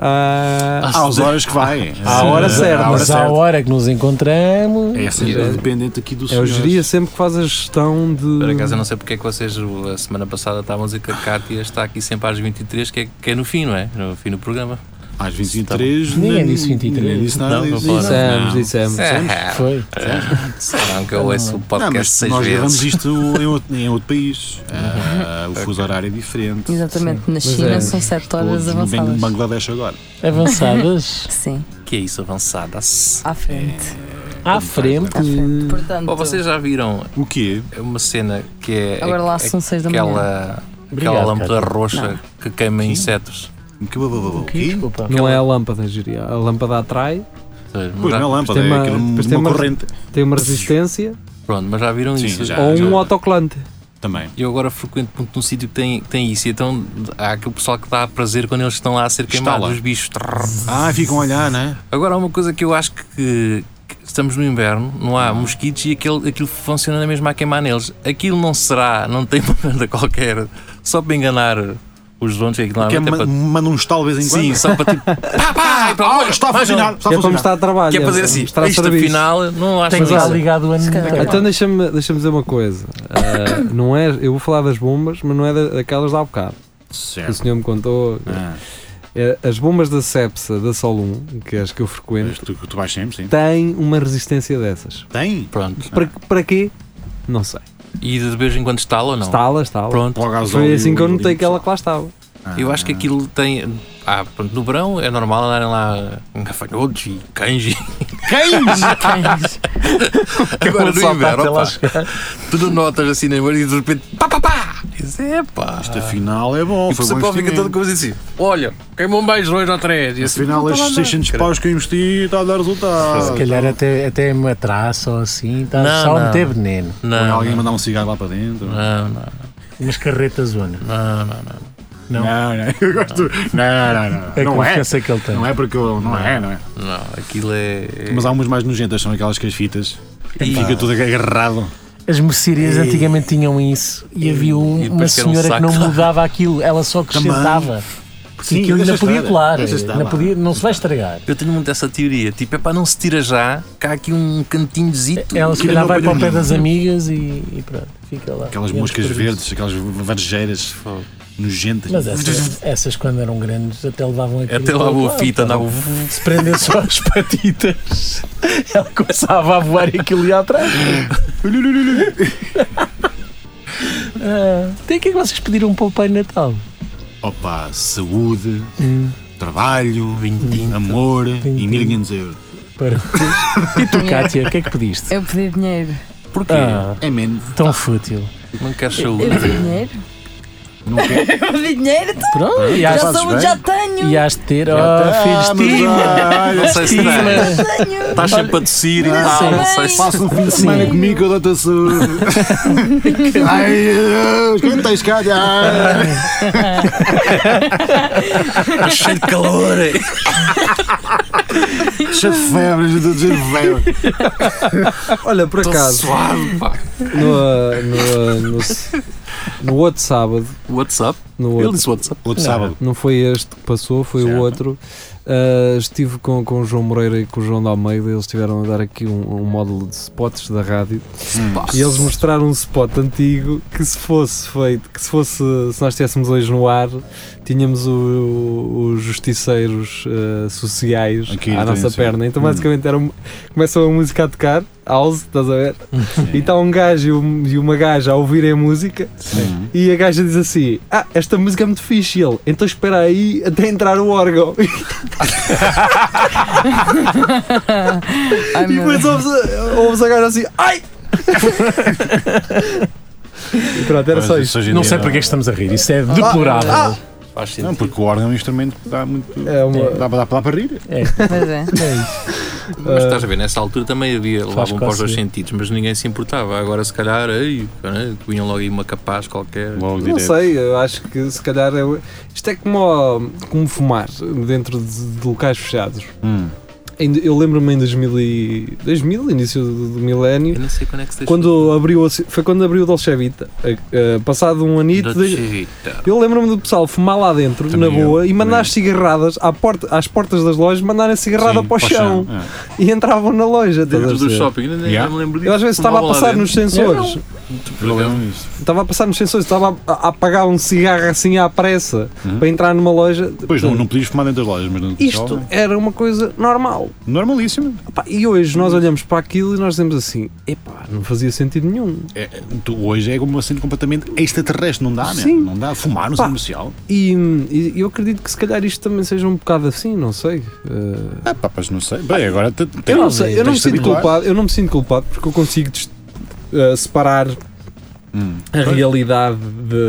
Às horas que vai.
à hora certa.
Mas à hora que nos encontramos.
É assim, dependente aqui do
É o
senhor.
Geria sempre que faz a gestão de.
Por acaso eu não sei porque é que vocês, a semana passada estavam a dizer que a Cátia está aqui sempre às 23, que é no fim, não é? No fim do programa.
Às 23.
Ninguém disse 23.
Ninguém disse nada
Não,
disso.
não falaram.
Dissemos.
Foi.
Não, que eu ouço o
Não,
podcast
mas
6
nós gravamos
vezes.
isto em outro país. O fuso horário é diferente.
Exatamente, na
é.
China são 7 horas
Todos no
avançadas.
Bangladesh agora.
Avançadas
Sim,
Que é isso, avançadas?
à frente.
à frente.
À frente. Portanto,
Vocês já viram
O quê?
uma cena que é
agora lá são 6 da manhã.
aquela
Obrigado,
lâmpada
Cátia.
roxa que queima insetos?
O quê?
Desculpa.
Não é a lâmpada, Geria. A lâmpada atrai,
Pois não é lâmpada,
tem
é
uma-
aquilo,
depois tem
uma
uma-
corrente.
tem uma resistência
Pronto, mas já viram
Sim,
isso?
já.
ou um autocolante.
Também.
Eu agora frequento muito num sítio que tem isso, e então há aquele pessoal que dá a prazer quando eles estão lá a ser queimados,
Estala.
os bichos.
Ficam a olhar, não é?
Agora há uma coisa que eu acho que estamos no inverno, não há mosquitos e aquilo funciona na mesma a queimar neles. Aquilo não tem uma merda qualquer, só para enganar os donos, que aquilo
Que
normalmente é para...
manda um estalo de vez em quando.
Sim, só para tipo. Pá,
Está a funcionar. Está a
É como
funcionar.
está a trabalho.
Que é fazer assim,
mostrar
isto
serviço.
afinal não acho
Tem que
que
estar ligado o ano inteiro.
Então deixa-me dizer uma coisa. Não é, eu vou falar das bombas, mas não é daquelas de há bocado. O
Certo.
senhor me contou. As bombas da Cepsa, da Solum, que é as que eu frequento,
Tu vais sempre, sim.
têm uma resistência dessas.
Tem?
Pronto.
Para quê? Não sei.
E de vez em quando estala ou não?
Estala.
Pronto.
Foi assim que eu notei que ela que lá estava.
Eu acho que aquilo tem. Pronto, no verão é normal andarem lá gafanhotos e cães. Agora no inverno, opa, tu não notas assim na memória e de repente pá! Diz, epá!
Isto afinal é bom.
E
Foi
você
bom
pode ficar todo
investimento.
como assim: olha, queimou mais 2 ou 3. E assim,
Afinal, estes 600 paus que eu investi está a dar resultado.
Se calhar até uma traça ou assim, está
Não,
só a
não.
meter veneno.
Ou
Não,
alguém
não,
mandar um cigarro lá para dentro.
não.
Umas carretas zona.
Não.
Eu gosto. Não.
É a
Não é.
confiança que ele tem.
Não é porque eu. Não é.
Não, aquilo é.
Mas há umas mais nojentas, são aquelas que as fitas.
E-
Fica tudo agarrado.
As mercearias antigamente tinham isso e havia
E
uma
depois que era um
senhora que não
saco.
mudava aquilo, ela só acrescentava. Porque aquilo ainda podia colar, não se vai estragar.
Eu tenho muito essa teoria, tipo, é para não se tira já, cá há aqui um cantinhozito.
Ela se calhar vai para o pé das amigas e pronto, fica lá.
Aquelas moscas verdes, aquelas varjeiras nojentas.
Mas essas quando eram grandes até levavam aquilo.
Até levavam a fita, andavam.
Se prendesse só as patitas, ela começava a voar e aquilo ia atrás. Tem que vocês pediram para o Pai Natal?
Opa, saúde, trabalho, amor e 1.500 euros.
E tu, Kátia, o que é que pediste?
Eu pedi dinheiro.
Porquê?
É menos.
Tão fútil.
Não queres saúde?
Eu pedi dinheiro.
Não quer.
Eu pedi dinheiro.
Pronto,
Já tenho.
E has de ter, filhos,
Não sei se estás sempre a tossir e tal. Não sei se.
Passa um fim de semana comigo, eu dou-te a saúde. Ai, Deus, quem tens cá?
Está cheio de calor.
Cheio de febre, já estou cheio de febre.
Olha, por acaso,
Suave, pá.
no outro sábado,
WhatsApp?
no
Ele
outro,
disse WhatsApp.
Outro sábado.
não foi este que passou, foi o outro. Estive com o João Moreira e com o João de Almeida. Eles estiveram a dar aqui um módulo de spots da rádio e eles mostraram um spot antigo que se nós estivéssemos hoje no ar, tínhamos os justiceiros sociais
aqui,
à nossa perna. Então basicamente começa a música a tocar, house, estás a ver? E está um gajo e uma gaja a ouvirem a música. E a gaja diz assim: esta música é muito fixe. E ele: então espera aí até entrar o órgão.
Ai,
E depois ouves a gaja assim: ai! E pronto, era só isso.
Não sei porque é que estamos a rir, isso é deplorável.
Faz sentido.
Não, porque o órgão é um instrumento que dá muito. Dá para rir.
Pois é.
Mas estás a ver, nessa altura também levavam para os dois
cócega.
sentidos, mas ninguém se importava. Agora, se calhar, vinham logo aí uma capaz qualquer.
Logo
Não
direto.
sei, eu acho que se calhar isto é como fumar dentro de locais fechados. Eu lembro-me em 2000, início do milénio,
Eu não sei quando é que se deixou.
foi quando abriu o Dolce Vita. Passado um anito, eu lembro-me do pessoal fumar lá dentro,
Também
na boa,
eu,
e mandar
também.
as cigarradas às portas das lojas, mandarem a cigarrada
Sim,
para o chão.
É.
E entravam na loja. estás a
Dentro do
perceber?
shopping, ainda nem
Yeah.
me lembro disso.
Eu às vezes estava a
Fumavam lá
passar
dentro.
nos sensores.
Eu lembro disso.
Estava a passar nos sensores, estava a apagar um cigarro assim à pressa para entrar numa loja.
Depois não podias fumar dentro das lojas, mas no
Isto
shopping,
era uma coisa normal.
normalíssimo.
Pá, e hoje nós olhamos para aquilo e nós dizemos assim: epá, não fazia sentido nenhum.
Hoje é como uma cena completamente extraterrestre, não dá, né?
Sim.
Não dá. Fumar no
Pá.
centro comercial.
E eu acredito que se calhar isto também seja um bocado assim, não sei.
Mas não sei. Bem, agora
Eu não sei, eu não me
tens de
sinto
habituar.
culpado, eu não me sinto culpado porque eu consigo separar a realidade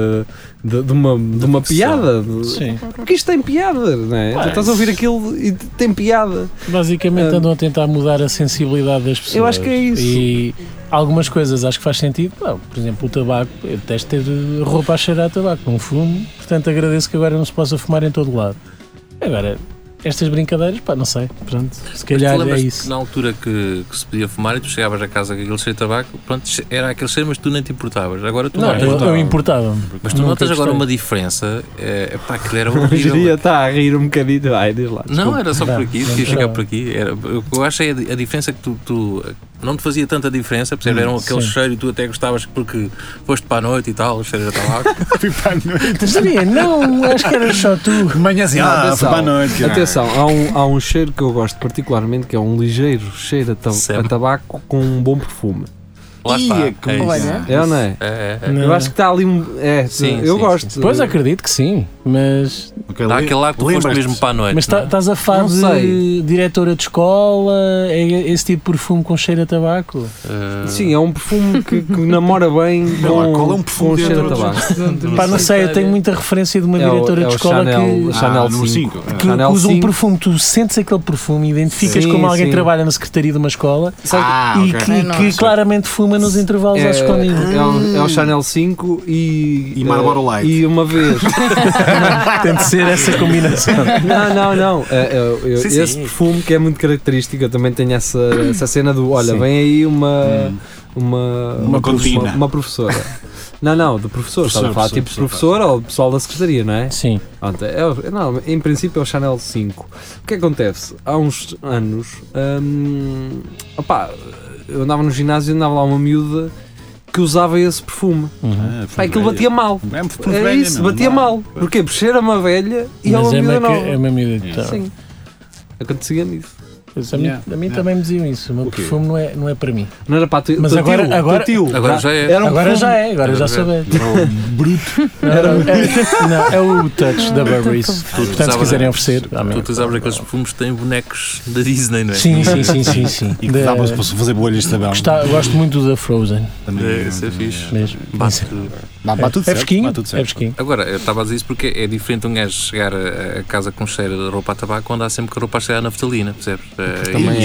de uma piada.
Sim.
Porque isto tem piada, não é? Tu estás a ouvir aquilo e tem piada.
Basicamente andam a tentar mudar a sensibilidade das pessoas.
Eu acho que é isso.
E algumas coisas acho que faz sentido. Por exemplo, o tabaco. Eu detesto ter roupa a cheirar a tabaco. Não fumo. Portanto, agradeço que agora não se possa fumar em todo lado. Agora, estas brincadeiras, não sei. Pronto, se calhar
Tu
é
lembras-te
isso.
Na altura que se podia fumar e tu chegavas a casa com aquele cheiro de tabaco, pronto, era aquele cheiro, mas tu nem te importavas. Agora tu
Não,
notas.
eu importava-me.
Mas tu
Nunca
notas agora
gostei.
uma diferença. Que era
O
horrível.
Geria está a rir um bocadinho. Vai, diz lá.
Não, era só por
Não,
aqui,
não
queria chegar
estava.
por aqui. Eu acho é a diferença que tu não te fazia tanta diferença, percebes? Era aquele
sim.
cheiro e tu até gostavas porque foste para a noite e tal, o cheiro de tabaco.
Fui para a noite.
Geria, não, acho que era só tu.
De manhã assim, fui para a noite.
Atenção, há um cheiro que eu gosto particularmente, que é um ligeiro cheiro a
Sempre.
tabaco com um bom perfume.
Lá está.
Ia,
É
como
isso.
Olha.
É ou não é?
É.
Não.
Eu acho que está ali um.
Sim,
eu
sim,
gosto.
sim.
Pois acredito que sim, mas
Dá aquele ar que tu foste mesmo para a noite.
Mas
não é?
estás a falar
Não
de
sei.
diretora de escola, é esse tipo de perfume com cheiro a tabaco?
Sim, é um perfume que namora bem
Não, qual é um perfume
com
de
cheiro a
diretora
tabaco.
Pá, não sei, eu tenho muita referência de uma diretora de escola
Chanel,
que
Chanel
número
5.
cinco.
que
Chanel
usa um
5.
perfume, tu sentes aquele perfume, identificas
Sim,
como alguém
sim.
que trabalha na secretaria de uma escola e
ok.
que claramente fuma nos intervalos às escondidas.
É o Chanel 5
E Marlboro Light.
E uma vez.
Tem de ser essa combinação.
Não.
Sim,
Esse
sim.
perfume que é muito característico, eu também tenho essa cena do: olha,
Sim.
vem aí uma
Uma cantina.
uma professora. Não, do professor. Estava a falar tipo professor ou pessoal da secretaria, não é?
Sim.
Pronto, não, em princípio é o Chanel 5. O que acontece? Há uns anos, eu andava no ginásio e andava lá uma miúda que usava esse perfume. Pá, aquilo batia mal. É isso, batia mal. Porquê? Porque cheira-me a velha e é uma miúda nova.
É uma miúda.
Sim. Acontecia nisso.
A mim também me diziam isso. O meu perfume não é para mim.
Não era para tu,
mas agora
já é.
Agora já sou velho.
Bruto.
É o touch da Burberry. Portanto, se quiserem oferecer.
Tu utilizavas aqueles perfumes que têm bonecos da Disney, não é?
Sim.
E que dava para fazer bolhas de sabão.
Gosto muito da Frozen.
Isso é fixe.
Mesmo.
Bate
tudo certo.
É fresquinho.
Agora, eu estava a dizer isso porque é diferente um gajo chegar a casa com cheiro de roupa a tabaco quando há sempre que a roupa a cheirar a naftalina, percebes?
Também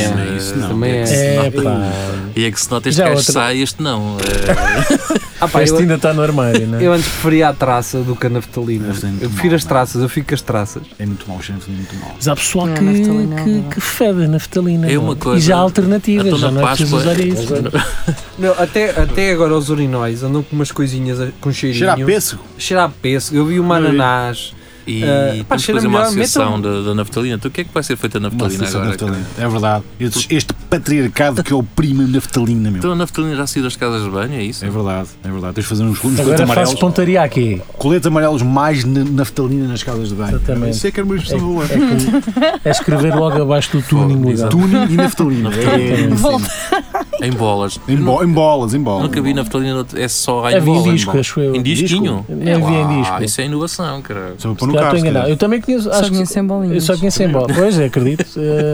E é que se nota este gajo sai, este não.
Este ainda está no armário, não é?
Eu antes preferia a traça do que a naftalina. Eu prefiro as traças, eu fico com as traças.
É muito mau, o cheiro é muito mau.
Mas há pessoal que fede a naftalina.
É uma coisa.
E já há alternativas, já não é preciso usar isso.
Não, até agora os urinóis andam com umas coisinhas com cheirinho.
Cheira a pêssego.
Cheira a pêssego. Eu vi uma ananás.
E temos que fazer uma associação da naftalina. Então o que é que vai ser feita a naftalina agora?
É verdade. Este patriarcado que oprime a naftalina, meu.
Então a naftalina já saiu das casas de banho, é isso?
É verdade. Tens de fazer uns coletes
agora
amarelos.
Faço pontaria aqui.
Coletes amarelos mais naftalina nas casas de banho.
Exatamente.
Isso é que era uma expressão boa.
É escrever logo abaixo do tuning.
Tuning e naftalina.
Em bolas.
Em bolas.
Nunca vi naftalina, é só em
havia
bola.
Em disco, acho eu.
Em disquinho?
Havia em disco.
Isso é inovação, cara.
Já estou enganado. Eu também conheço.
Só conheço em bolinhas.
Eu só conheço em bolinhas. Pois, acredito.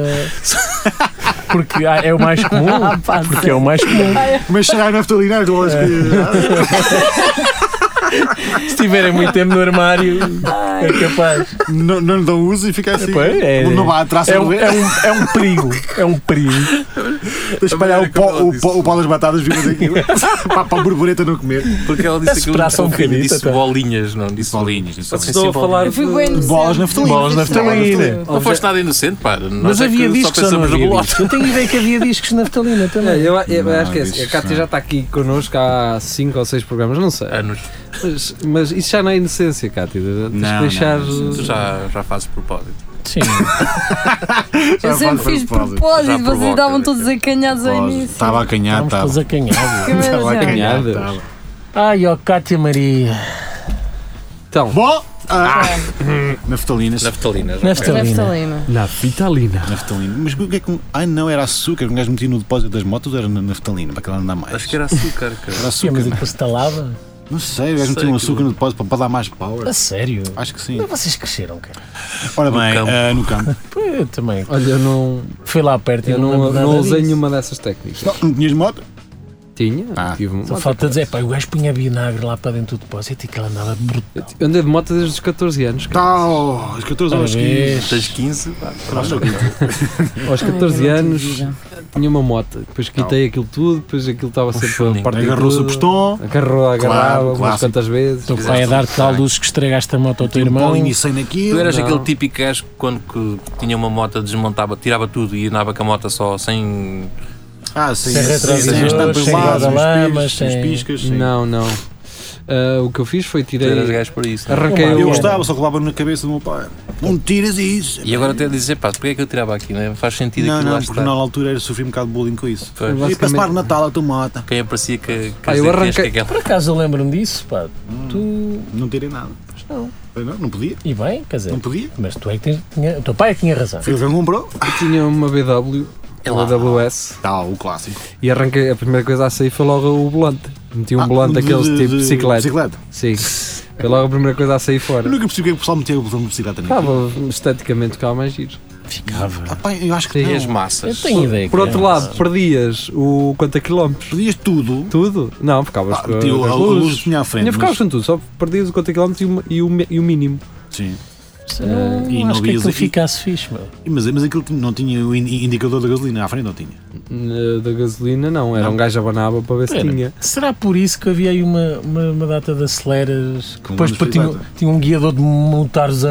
Porque é o mais comum. Porque é o mais comum.
Mas chegar a naftalina,
se tiverem muito tempo no armário, é capaz.
Não dão uso e fica assim.
Não
vai atrás.
É um perigo. É um perigo.
Espalhar o pó das batatas, vimos aquilo. Para a borboleta não comer.
Porque ela disse aquilo, disse bolinhas, não disse bolinhas.
Estou a falar
eu fui bem
bolas naftalina.
Não foste nada inocente, pá.
Mas havia discos ou não havia discos? Eu tenho ideia que havia discos de naftalina também.
Eu acho que é assim. A Cátia já está aqui connosco há 5 ou 6 programas, não sei.
Anos.
Mas isso já não é inocência, Cátia.
Tu já fazes propósito.
Sim.
Eu sempre fiz propósito, vocês estavam todos acanhados ao início.
Estava acanhado,
estava.
Estava acanhado.
Ai, ó Cátia Maria.
Então.
Bom. Naftalinas.
Naftalina.
Mas o que é que. Ai não, era açúcar. O gajo metia no depósito das motos ou era naftalina? Para que ela andar mais?
Acho que era açúcar, cara.
Era açúcar.
Mas depois estalava?
Não sei, o gajo metia um açúcar no depósito para dar mais power.
A sério?
Acho que sim.
Mas vocês cresceram, cara.
Ora bem, no campo.
Eu também.
Olha, eu não.
Fui lá perto e
eu não usei nenhuma dessas técnicas.
Não tinhas moto?
Tinha, tive uma
moto. Só falta dizer, pá, o gajo punha vinagre lá para dentro do depósito e que ela andava brutal.
Eu andei de moto desde os 14 anos.
Aos 14 aos 15.
Tens 15?
Aos 14 anos tinha uma moto. Depois quitei aquilo tudo, depois aquilo estava sempre a partir.
Agarrou-se o pistão.
Agarrava umas quantas vezes.
Teu pai a dar-te tal luz que estragaste a moto ao teu irmão.
Tu eras aquele típico gajo que quando tinha uma moto desmontava, tirava tudo e andava com a moto só sem...
sem
retrovisor, sem guarda-lamas,
sem piscas.
Não. O que eu fiz foi tirei.
Gás por isso,
arranquei
eu gostava, só colava na cabeça do meu pai. Não tiras isso.
E agora até a dizer, pá, porque é que eu tirava aqui? Não é? Faz sentido aquilo lá estar.
Porque na altura eu sofri um bocado de bullying com isso.
E
para semar o Natal a tua moto.
Quem aparecia que
eu arranquei.
Por acaso eu lembro-me disso, pá. Tu.
Não tirei nada. Não podia.
E bem, quer dizer.
Não podia.
Mas tu é que o teu pai é que tinha razão.
Ele comprou.
Eu tinha uma BW. AWS.
O clássico.
E arranquei, a primeira coisa a sair foi logo o volante. Meti um volante daqueles tipo bicicleta. Sim. Foi logo a primeira coisa a sair fora.
Eu nunca percebi que o pessoal metia o volante de bicicleta
esteticamente ficava mais giro.
Ficava.
Eu acho que
tem as massas.
Eu tenho ideia.
Por outro lado, perdias o quanto quilómetros?
Perdias tudo?
Tudo? Não, ficavas com
a luz tinha à frente.
Ficavas com tudo, só perdias o quanto quilómetros e o mínimo.
Sim.
E não acho que aquilo ficasse fixe, meu.
Mas aquilo não tinha o indicador da gasolina à frente, não tinha?
Da gasolina não, era um gajo abanava para ver se tinha.
Será por isso que havia aí uma data de aceleras que depois tinha um guiador de motorzão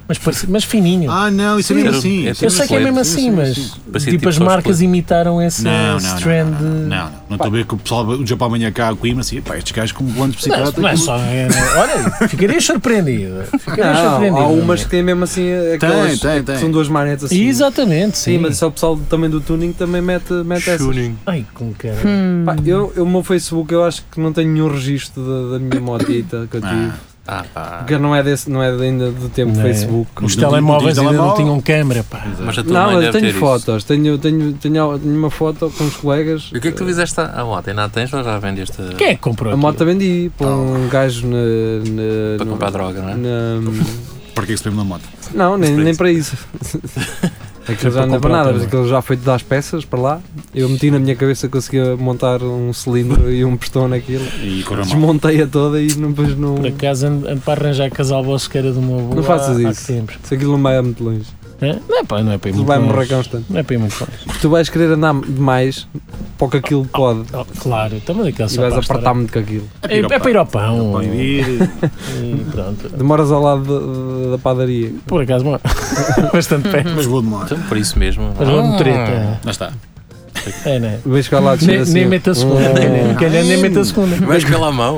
Mas fininho.
Não, isso é mesmo assim.
Eu sei que é mesmo assim, mas tipo as marcas imitaram esse trend.
Não estou a ver que o pessoal do Japão amanhã cá a Coimbra assim, estes gajos com volantes de bicicleta.
Não é só. Olha, ficaria surpreendido.
Há umas que têm mesmo assim, aquelas que são 2 manetes assim.
Exatamente,
sim. Mas só o pessoal também do tuning também mete essas.
Ai, com cara.
O meu Facebook, eu acho que não tenho nenhum registro da minha motita que eu tive. Porque não é ainda do tempo do Facebook.
Os telemóveis ainda não tinham câmera, pá.
Mas eu
tenho fotos. Tenho uma foto com os colegas.
E o que é que tu fizeste à moto? Ainda a tens ou já vendeste?
Quem é que comprou?
A moto vendi para um gajo
para comprar droga, não é?
Para que é que se põe na moto?
Não, nem para isso. Aquilo já não é para nada, mas aquilo já foi de dar as peças para lá. Eu meti na minha cabeça que conseguia montar um cilindro e um pistão naquilo.
E
desmontei-a toda e depois não.
Por acaso ando para arranjar casal vosso que era do meu avô.
Não faças isso. Se aquilo não vai muito longe.
Não é para ir muito longe.
Vai morrer constante.
Não é para ir muito longe.
Porque tu vais querer andar demais para o que aquilo pode.
Claro, também daquela
e vais apertar muito com aquilo.
É para ir ao pão. E pronto.
Demoras ao lado da padaria.
Por acaso, bastante pé.
Mas vou demorar.
Então, por isso mesmo.
Mas vou de treta.
Lá está.
Né?
Vais ficar lá
nem mete a segunda. Nem mete a segunda.
Vais com ela à mão.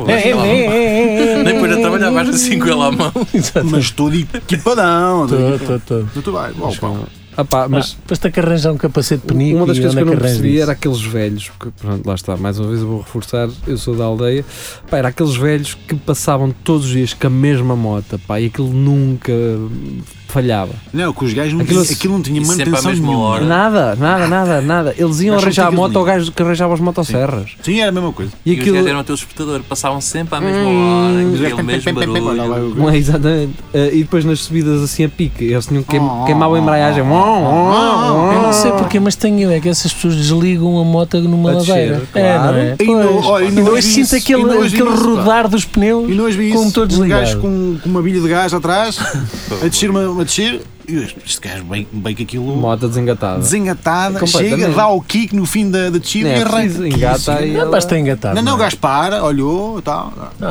Nem pôs a trabalhar, vais assim com ela à mão.
Mas estou de equipadão.
Estou.
Tu vais.
Mas
depois tem que arranjar um capacete de penico.
Uma das coisas que eu não percebi era aqueles velhos, porque pronto, lá está, mais uma vez eu vou reforçar, eu sou da aldeia, era aqueles velhos que passavam todos os dias com a mesma moto, e aquilo nunca falhava.
Não, que os gajos aquilo não tinha manutenção nenhuma.
Nada. Eles iam arranjar a moto ao gajo que arranjava as motosserras.
Sim, era a mesma coisa.
E aquilo... os gajos eram o teu espectador, passavam sempre à mesma hora, aquele mesmo barulho.
Exatamente. E depois nas subidas assim a pique, eles tinham que queimar a embreagem.
Eu não sei porquê, mas tenho que essas pessoas desligam a moto numa ladeira.
Claro.
Eu sinto aquele rodar dos pneus.
E não vi
como todos
ligados com uma bilha de gás atrás a descer. Este gajo bem que aquilo.
Moto desengatada,
chega, dá o kick no fim da descida e arranca.
Engata aí.
Não basta engatar.
Não, o gajo para, olhou e tal.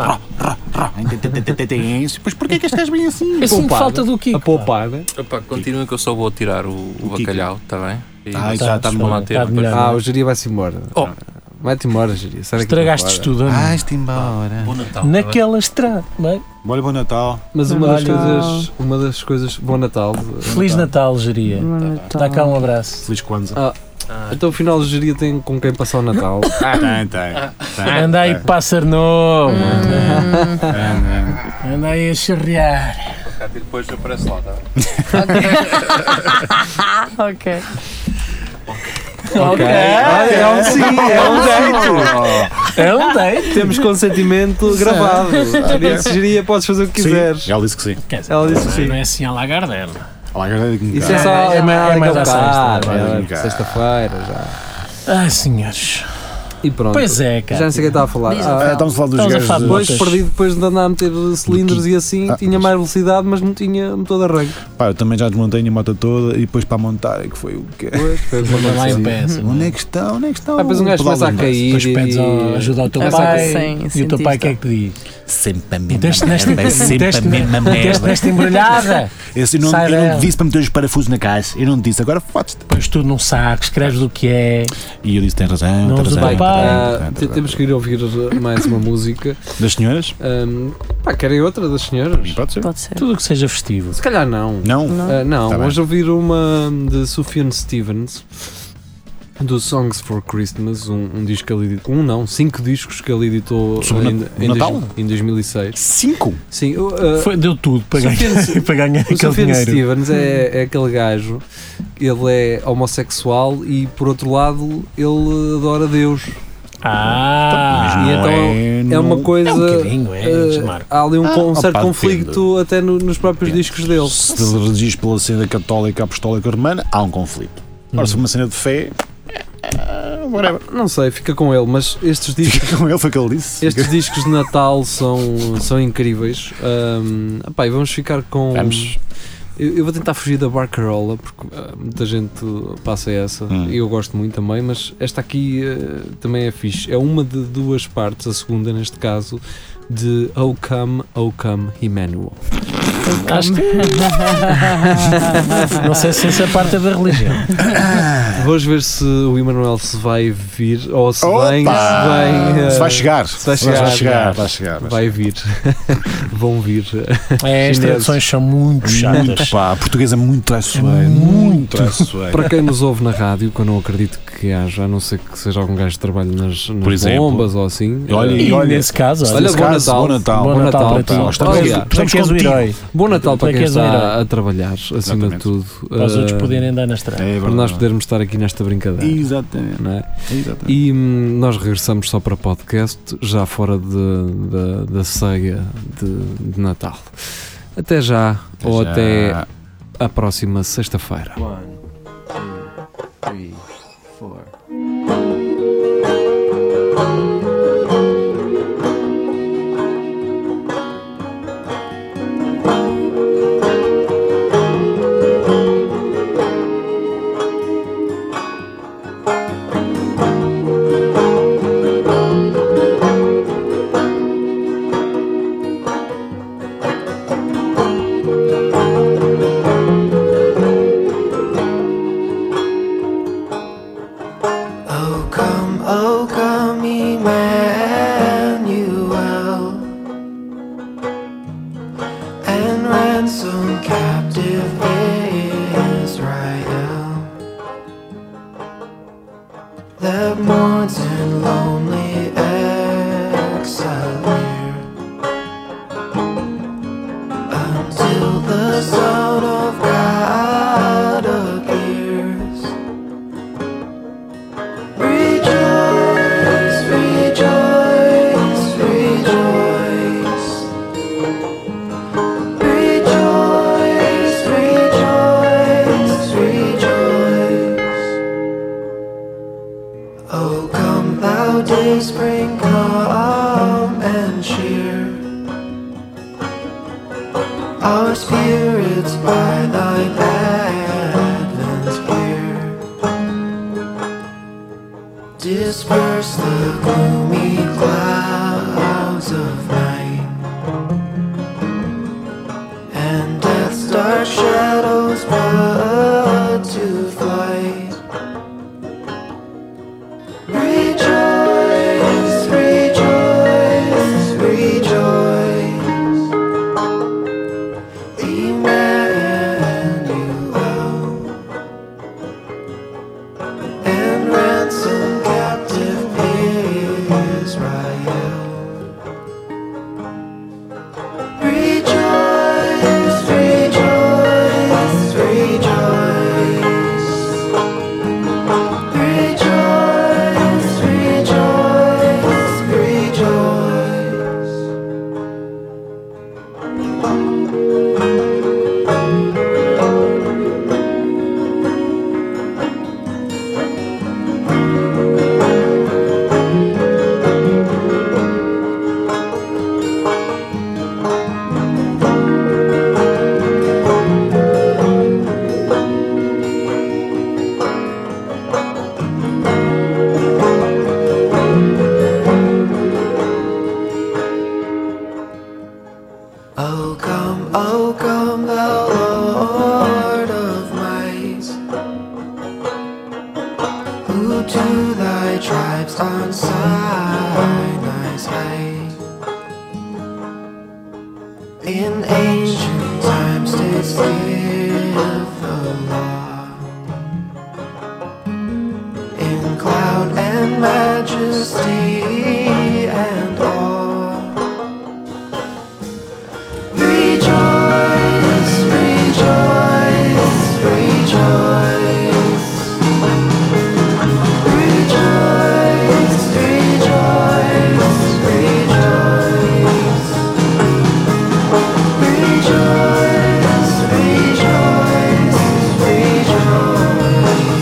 Depois porquê que este gajo vem assim?
Eu sinto falta do kick.
A poupar, né?
Continuem que eu só vou tirar o bacalhau, está bem?
Está
melhor.
O Geria vai-se embora. Vai-te embora, Geria.
Estragaste tudo.
Vais-te embora.
Bom Natal.
Naquela estrada.
Olha, bom Natal.
Mas uma das coisas. Bom Natal.
Feliz Natal, Geria. Dá cá um abraço.
Feliz quando?
Então, afinal, o Geria tem com quem passar o Natal.
Tem.
Anda aí, pássaro novo. Anda aí a charrear.
E depois aparece lá, tá?
Ok.
É um date. Temos consentimento gravado. Geria, podes fazer o que quiseres.
Ela disse que sim.
Ela disse que sim.
Não é assim a Lagardère.
Isso é só
é mais à
sexta-feira já.
Ai, senhores.
E pronto.
Pois é, cara.
Já não sei o que estava a falar.
Estamos a falar dos gajos.
Depois de andar a meter cilindros e assim, tinha mais velocidade, mas não tinha motor de arranque.
Eu também já desmontei a minha moto toda e depois para montar é que foi o quê?
Lá em peça.
Onde é que estão?
Depois um gajo começa a cair.
Depois pedes ajuda ao teu pai. E o teu pai o que é que te diz?
Sempre a mesma
merda. Meteste nesta embrulhada.
Eu não te disse para meter os parafusos na caixa. Eu não te disse, agora fodes-te.
Pões tudo num saco, escreves o que é.
E eu disse, tem razão.
Temos que ir ouvir mais uma música.
Das senhoras?
Querem outra das senhoras?
Pode ser.
Tudo o que seja festivo.
Se calhar não.
Não?
Vamos ouvir uma de Sufjan Stevens, do Songs for Christmas, um disco que ele editou. 5 discos que ele editou em 2006.
5?
Sim.
Deu tudo para ganhar aquele
Sufjan
dinheiro.
Stevens é aquele gajo, ele é homossexual e por outro lado ele adora Deus. E então é uma coisa. Há ali um certo conflito até nos próprios discos dele.
Se redigis pela cena católica apostólica romana, há um conflito. Agora, se uma cena de fé. Whatever.
Não sei, fica com ele, mas estes discos.
Fica com ele, foi o que ele disse.
Estes discos de Natal são incríveis. E vamos ficar com. Eu vou tentar fugir da Barcarola, porque muita gente passa essa e eu gosto muito também, mas esta aqui também é fixe. É uma de duas partes, a segunda neste caso, de Oh Come Emmanuel.
Acho que. Não sei se essa parte é da religião.
Vamos ver se o Emmanuel se vai vir ou se vem.
Se vai chegar.
Vai chegar. Vai vir. Vão vir.
As traduções são muito chatas.
A portuguesa é muito traiçoeira. Muito traiçoeira.
Para quem nos ouve na rádio, que eu não acredito que haja, a não ser que seja algum gajo que trabalhe nas bombas ou assim.
Olha, nesse caso,
bom Natal para ti. Bom Natal para quem está a trabalhar, acima de tudo.
Para os outros poderem andar na estrada.
Para nós podermos estar aqui nesta brincadeira.
Exatamente.
Não é? E nós regressamos só para podcast, já fora da ceia de Natal. Até já, ou até a próxima sexta-feira.
1, 2, 3, 4.
Oh come Emmanuel, and ransom captive Israel that mourns in lonely exile here, until the Son of God appears. Rejoice, rejoice, rejoice. Rejoice, rejoice, rejoice. Oh, come thou day spring, come and cheer our spirits by thy advent here. Disperse the gloomy clouds of night, and death's dark shadows put to flight. Rejoice, rejoice, rejoice. Emmanuel, and ransom captive Israel. Rejoice, rejoice, rejoice. Rejoice, rejoice, rejoice. Oh come, thou Lord of might, who to thy tribes on Sinai's height, in ancient times didst give the law, in cloud and majesty and awe. Rejoice, rejoice, rejoice. Rejoice, rejoice, rejoice. Rejoice, rejoice, rejoice.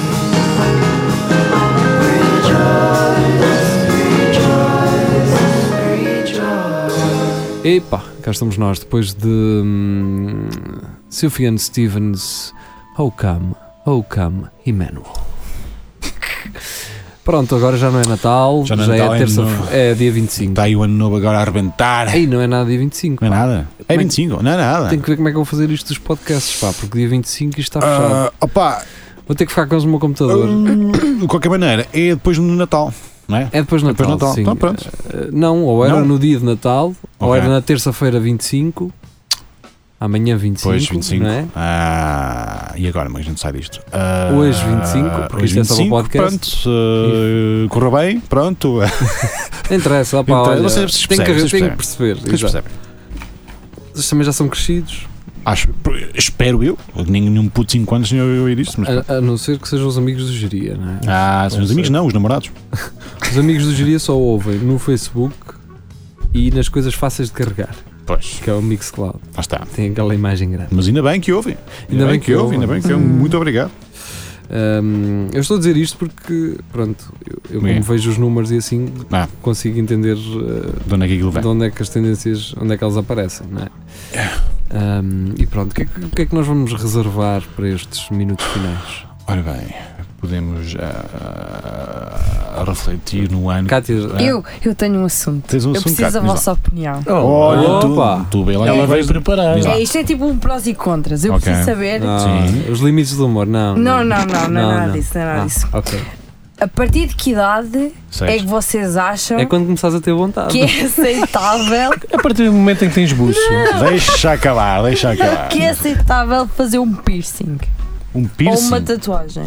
Rejoice, rejoice, rejoice.
Epa, cá estamos nós, depois de Sufjan Stevens, Oh Come Emmanuel. Pronto, agora já não é Natal,
Já
já,
não é Natal,
é terça, é dia 25.
Está aí o ano novo agora a arrebentar.
Aí não é nada dia 25.
Não é nada? É 25? Não é nada.
Tenho que ver como é que eu vou fazer isto dos podcasts, pá, porque dia 25 isto está fechado.
Opa,
Vou ter que ficar com eles no meu computador.
de qualquer maneira, é depois do Natal, não é?
É depois do Natal, sim.
Então pronto.
Não, ou era
Não?
no dia de Natal, ou
Ok.
era na terça-feira 25, amanhã 25,
Depois 25.
não é?
E agora, mas a gente sai disto.
Hoje 25, porque
hoje
isto é só para o
25,
podcast.
Pronto, correu bem, pronto.
Não interessa, opá,
Então,
olha,
vocês
tem
percebem,
que perceber.
Vocês
exato.
percebem?
Vocês também já são crescidos,
Espero eu, nenhum puto de 5 anos tinha eu ouvir isto. Mas...
a não ser que sejam os amigos do Geria, não é?
são os amigos, não, os namorados.
Os amigos do Geria só ouvem no Facebook e nas coisas fáceis de carregar,
Pois,
que é o Mixcloud.
lá está.
Tem aquela imagem grande.
Mas ainda bem que ouvem.
Ainda bem que ouvem.
Ainda bem que ouvem. Muito obrigado.
Eu estou a dizer isto porque, pronto, eu
Bem.
como vejo os números e assim
Ah.
consigo entender
De onde é que aquilo vem?
de onde é que as tendências, onde é que elas aparecem, não é? E pronto, o que é que nós vamos reservar para estes minutos finais?
Ora bem, podemos refletir no ano.
Kátia,
Eu tenho um assunto.
Tens um
Eu
assunto,
preciso da
Cátia, diz
vossa opinião.
Olha,
Opa!
tu bem lá.
Ela veio preparada.
Diz lá.
Isto é tipo um prós e contras. Eu
Ok.
preciso saber.
não,
Sim.
os limites do humor, não.
Não é nada disso, não é nada disso.
Ok.
A partir de que idade é que
Certo.
vocês acham
É quando começares a ter vontade.
que é aceitável,
A partir do momento em que tens buço.
Deixa acabar.
que é aceitável fazer um piercing?
Um
Ou
piercing.
uma tatuagem?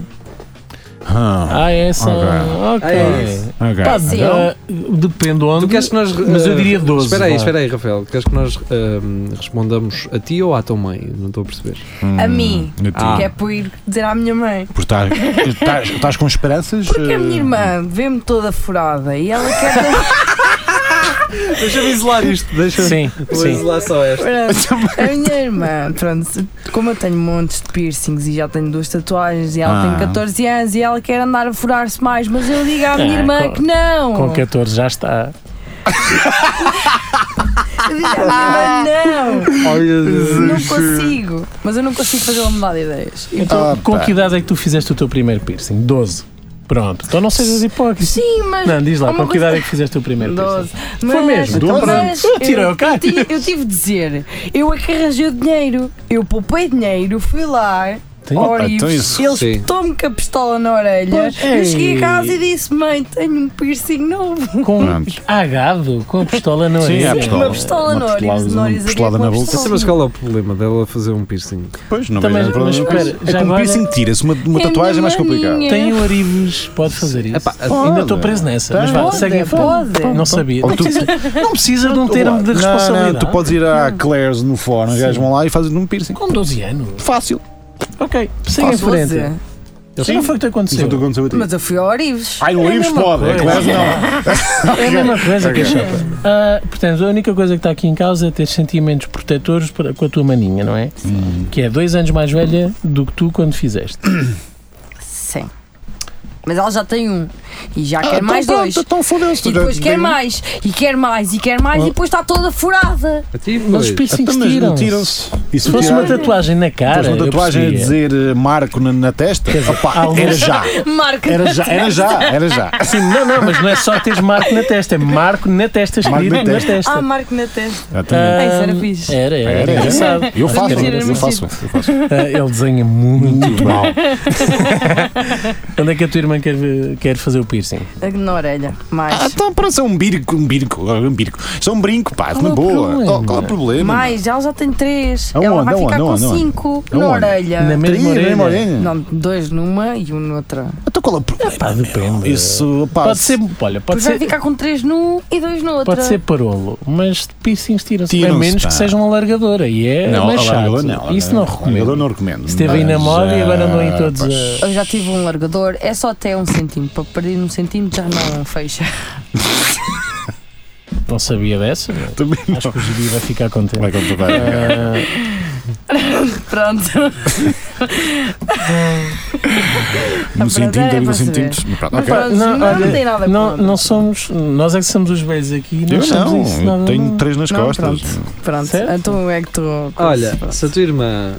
Essa. Ok.
Ok.
Pá,
Sim.
depende onde.
Tu queres que nós.
Mas eu diria 12.
Espera aí, Rafael. Queres que nós respondamos a ti ou à tua mãe? Não estou a perceber.
A mim.
A ti.
Que é por ir dizer à minha mãe.
Por estás com esperanças?
Porque a minha irmã vê-me toda furada e ela quer.
Deixa-me isolar isto.
Sim,
Vou
sim.
isolar só esta.
Pronto, a minha irmã, pronto, como eu tenho montes de piercings e já tenho 2 tatuagens e ela tem 14 anos e ela quer andar a furar-se mais, mas eu digo à minha irmã que não.
Com 14 já está.
Eu digo à minha irmã
Olha,
não consigo, mas eu não consigo fazer uma mudar de ideias.
Então, com que idade é que tu fizeste o teu primeiro piercing? 12. Pronto. Então não sejas hipócrita.
Sim, mas.
Não, diz lá,
há uma
com que idade
coisa-
é que fizeste o primeiro
12.
piercing? Foi mesmo?
Então
Mas
Eu tirei o Cátia.
eu tive de dizer, eu é que arranjei o dinheiro, eu poupei dinheiro, fui lá.
Tem-
Orives,
então isso-
ele
sim.
espetou-me com a pistola na orelha.
Pois,
Eu cheguei
ei.
a casa e disse: Mãe, tenho um piercing novo.
Com
Pronto.
agado, com a pistola na
Sim,
orelha.
a pistola.
Uma pistola no
pistolada-
Orives, no Orives
uma pistolada
aqui é
na
com a
boca.
pistola.
Mas qual é o problema dela fazer um piercing?
Pois, não
Também,
vejo
mas
problema.
espera,
É
já
que um
agora-
piercing tira-se, uma
É
tatuagem é mais
minha
complicado.
maninha.
Tem o Orives, pode fazer isso.
Epá,
Ainda estou preso nessa. Mas vá,
Pode,
segue em frente.
pode.
Não sabia.
Ou
Não
tu-
precisa de um termo de responsabilidade.
Não, tu podes ir à Claire's no fórum, os gajos vão lá e fazem um piercing.
Com 12 anos.
Fácil.
Ok, segue em
Posso
frente.
dizer?
Isso não foi o que te aconteceu.
Isso aconteceu a ti.
Mas eu fui ao Orives.
Ai, no Orives
mesma
pode, a
coisa.
Claire's não.
É a mesma coisa que a chapa. Portanto, a única coisa que está aqui em causa é ter sentimentos protetores com a tua maninha, não é? Que é 2 anos mais velha do que tu quando fizeste.
Sim. Mas ela já tem um. E já quer mais
então
2.
Então fodeu-se.
E depois quer mais. E quer mais. E quer mais. E depois está toda furada.
A ti,
Mas os
pois.
piercings
Então, mas
tiram-se.
tiram-se. E
Se fosse uma tatuagem na cara,
fosse uma
eu
tatuagem a
percebia.
dizer Marco na testa, opá,
alguns-
era já.
Marca.
Era já.
Sim, não, mas não é só teres marco na testa, é marco na testa
Marco
escrito
na
na
testa.
testa.
Ah, marco na testa.
Exatamente.
Isso era fixe.
Era engraçado.
Eu faço,
Era
eu
muito
faço.
Ele desenha muito mal. Onde é que a tua irmã quer fazer o piercing?
Na orelha. Mais.
Então parece um bico. Isso é um brinco, pá,
Qual é
na
o
boa.
problema?
Qual é o problema?
Mais. Ela já tem 3.
Aonde?
Ela vai ficar
Aonde?
com
Aonde?
5 na
Aonde?
orelha.
Na mesma
Mesma
orelha?
orelha.
Não, 2 numa e 1 noutra.
Então qual é o problema?
Pá, depende.
Isso, pá,
Pode ser, olha, pode
Depois vai
ser,
ficar com 3 num e 2 noutra.
pode ser parolo, mas piercings tiram-se. A
Tiram-se,
menos
pá.
que seja um alargador, aí é
Não,
mais chato.
alargador não.
Isso não
Alargador
recomendo.
não recomendo.
Esteve aí na
Mas,
moda e agora andam aí todos
pois.
Eu já tive um largador, é só até 1 centímetro. Para perder 1 centímetro já não fecha.
Não sabia dessa.
Também não.
Acho que o Gibi vai ficar contente.
Vai contar.
Pronto.
No centímetro,
é
digo
para
centímetros. Pronto,
Mas
ok.
pronto, não tem nada
não,
contra.
não somos, nós é que somos os velhos aqui.
Eu
Não somos isso,
não, eu tenho 3 nas
Não,
costas.
Pronto,
Certo?
então é que tu.
Olha, se a tua irmã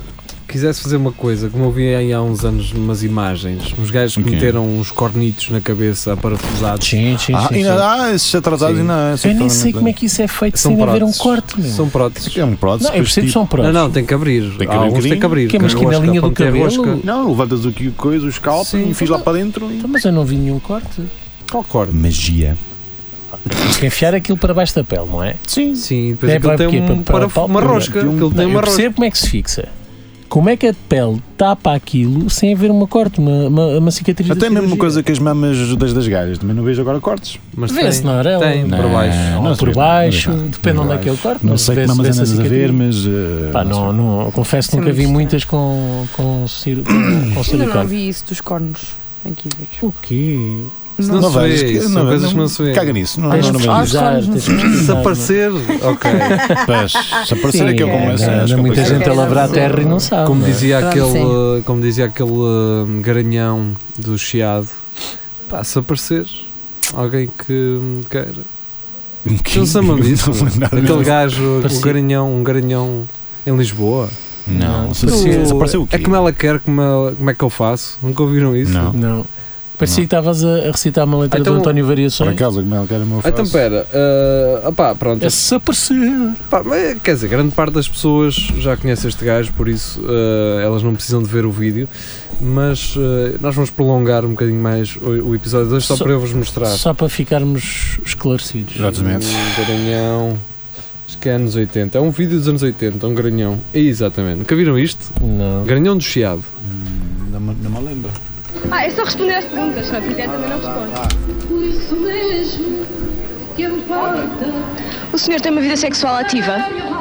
quisesse fazer uma coisa, como eu vi aí há uns anos umas imagens, uns gajos que
O quê?
meteram uns cornitos na cabeça parafusados.
Sim.
Esses atrasados
Sim.
ainda.
Eu nem sei como é que isso é feito
São
sem haver um
próteses.
corte, meu.
São próteses.
É um prótese.
Não, eu percebo que são próteses.
Não, tem que abrir.
Tem que abrir um
Alguns tem que abrir.
Que é, mas que na
Rosca,
linha do
para meter
cabelo?
rosca.
Não, levantas o coisa, o scalp
Sim.
e fiz lá para dentro.
Então, mas eu não vi nenhum corte.
Qual corte?
Magia.
Tens que enfiar aquilo para baixo da pele, não é?
Sim.
Sim, depois
É
aquilo
para
tem
quê?
uma rosca. Aquilo tem
Eu
uma rosca.
percebo como é que se fixa. Como é que a pele tapa aquilo sem haver uma corte, uma cicatriz?
Até
da
a mesma
cirurgia?
coisa que as mamas das gajas. Também não vejo agora cortes.
Mas
Vê-se na orelha.
tem por baixo.
Ou por baixo, depende onde é que é o corte.
Não sei que
vê-se-
mamas
vê-se
andas a
cicatriz.
ver, mas.
Pá, não, confesso que
Isso é
nunca vi
muito
muitas com
Ainda não
silicone.
vi isso dos cornos. Tem que ir ver.
O quê?
Isso não se
vejo,
vê, isso são coisas que não se vê.
Caga nisso. Não,
Tens
não,
de
não vejo isso.
pesquisar, tens de pesquisar,
Se aparecer, ok.
Pois, se aparecer é que eu começo.
Anda muita gente a lavrar a terra e não sabe.
Como
não é?
dizia
Claro,
aquele garanhão do Chiado, pá, se aparecer alguém que queira. Não se lembram disso? Aquele gajo, um garanhão em Lisboa.
Não, se
Do-
apareceu o quê?
É como ela quer, como é que eu faço? Nunca ouviram isso?
Não.
Não. Parecia que estavas a recitar uma letra
Então,
do António
Por
Variações.
acaso, como ela quer o meu
Então
face.
pera, opá, pronto.
É se aparecer.
Pá, mas, quer dizer, grande parte das pessoas já conhece este gajo, por isso elas não precisam de ver o vídeo, mas nós vamos prolongar um bocadinho mais o episódio de hoje só para eu vos mostrar.
Só para ficarmos esclarecidos.
Exatamente.
Um garanhão, acho que é anos 80, é um vídeo dos anos 80, um garanhão, exatamente. Nunca viram isto?
Não.
Garanhão do Chiado.
Não me lembro.
É só responder às perguntas, se não quiser também não responde. Por isso mesmo que importa. O senhor tem uma vida sexual ativa?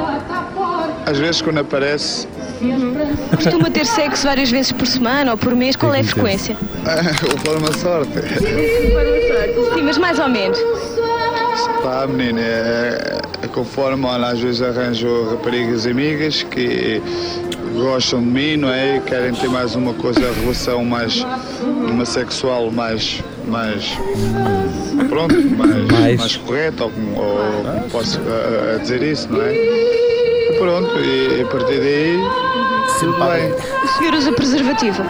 Às vezes quando aparece,
Costuma ter sexo várias vezes por semana ou por mês? Qual é a frequência?
o forma sorte.
Sim, mas mais ou menos.
Pá, menina, conforme, olha, às vezes arranjo raparigas amigas que gostam de mim, não é? E querem ter mais uma coisa, a relação mais, uma sexual mais pronto, mais correta, ou como posso dizer isso, não é? E pronto, e a partir daí, tudo bem.
O senhor usa preservativo?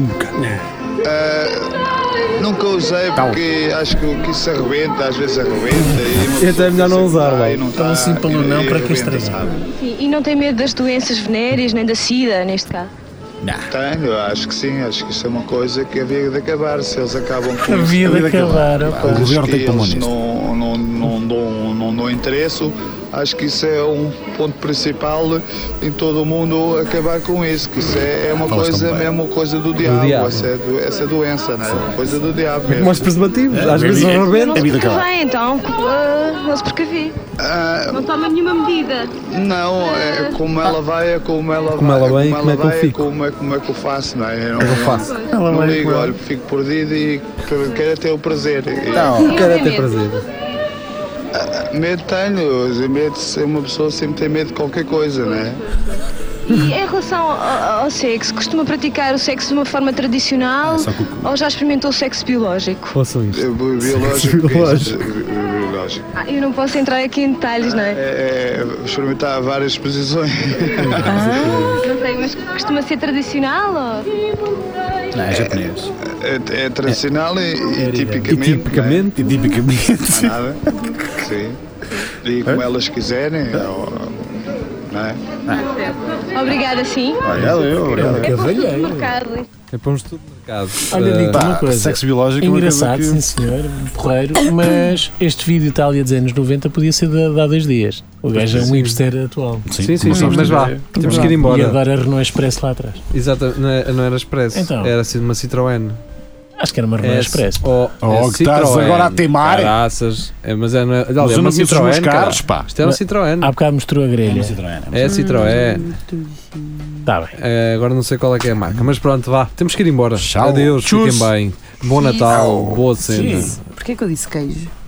Nunca usei porque acho que isso arrebenta, às vezes arrebenta.
E até é melhor não usar,
lá.
Então assim pelo não, para que estragar?
Sim, e não tem medo das doenças venéreas, nem da SIDA, neste caso?
Tenho, acho que sim, acho que isso é uma coisa que havia de acabar, se eles acabam com
Havia
isso.
de acabar, opa.
O governo tem que tomar
eles
nisso.
não dão interesse, acho que isso é um ponto principal em todo o mundo acabar com isso, que isso é uma coisa mesmo, coisa do diabo,
diabo.
essa doença, não é? Coisa do diabo mesmo.
Mas preservativos, às vezes
Não
arrebenta.
se precavém, então, não se precavi. Não toma nenhuma medida.
Não, é como ela vai, é como ela
Como
vai,
ela vem, como é que eu
vai,
fico?
como é que eu faço, não é? Eu
Como é que eu faço?
Não ligo, olha, fico perdido e quero ter o prazer.
Não, quero é ter prazer.
Medo tenho, medo, uma pessoa sempre tem medo de qualquer coisa, não é?
E em relação ao sexo, costuma praticar o sexo de uma forma tradicional ou já experimentou o sexo biológico?
Ouçam isto.
Biológico.
Biológico.
Biológico.
Eu não posso entrar aqui em detalhes, não é?
É experimentar várias posições.
Não sei, mas costuma ser tradicional ou...
Não, é japonês.
É tradicional e tipicamente.
Tipicamente.
E tipicamente.
Mais nada. Sim. E como elas quiserem. Não é?
Obrigada, sim.
Obrigado.
É para o mercado.
É para um estudo de mercado.
Olha, digo-te uma coisa.
Sexo biológico é uma coisa
Engraçado, sim senhor, porreiro, mas este vídeo está ali a dizer anos 90 podia ser de há 2 dias. O gajo é um hipster atual.
Sim, mas vá, temos que ir
E
embora.
agora a Renault Expresso lá atrás.
Exato, não era Expresso,
Então.
era assim uma Citroën.
Acho que era uma Renault Expresso.
Que estás agora a teimar.
Caraças. Mas é uma
Mas eu não conheço os
Citroën,
meus
cara.
carros, pá.
Isto é uma Citroën.
Há bocado mostrou a grelha.
É a Citroën.
Está bem.
Agora não sei qual é que é a marca, mas pronto, vá. Temos que ir embora.
Tchau.
Adeus,
Tchus.
fiquem bem. Bom Natal, boa cena.
Porquê que eu disse queijo?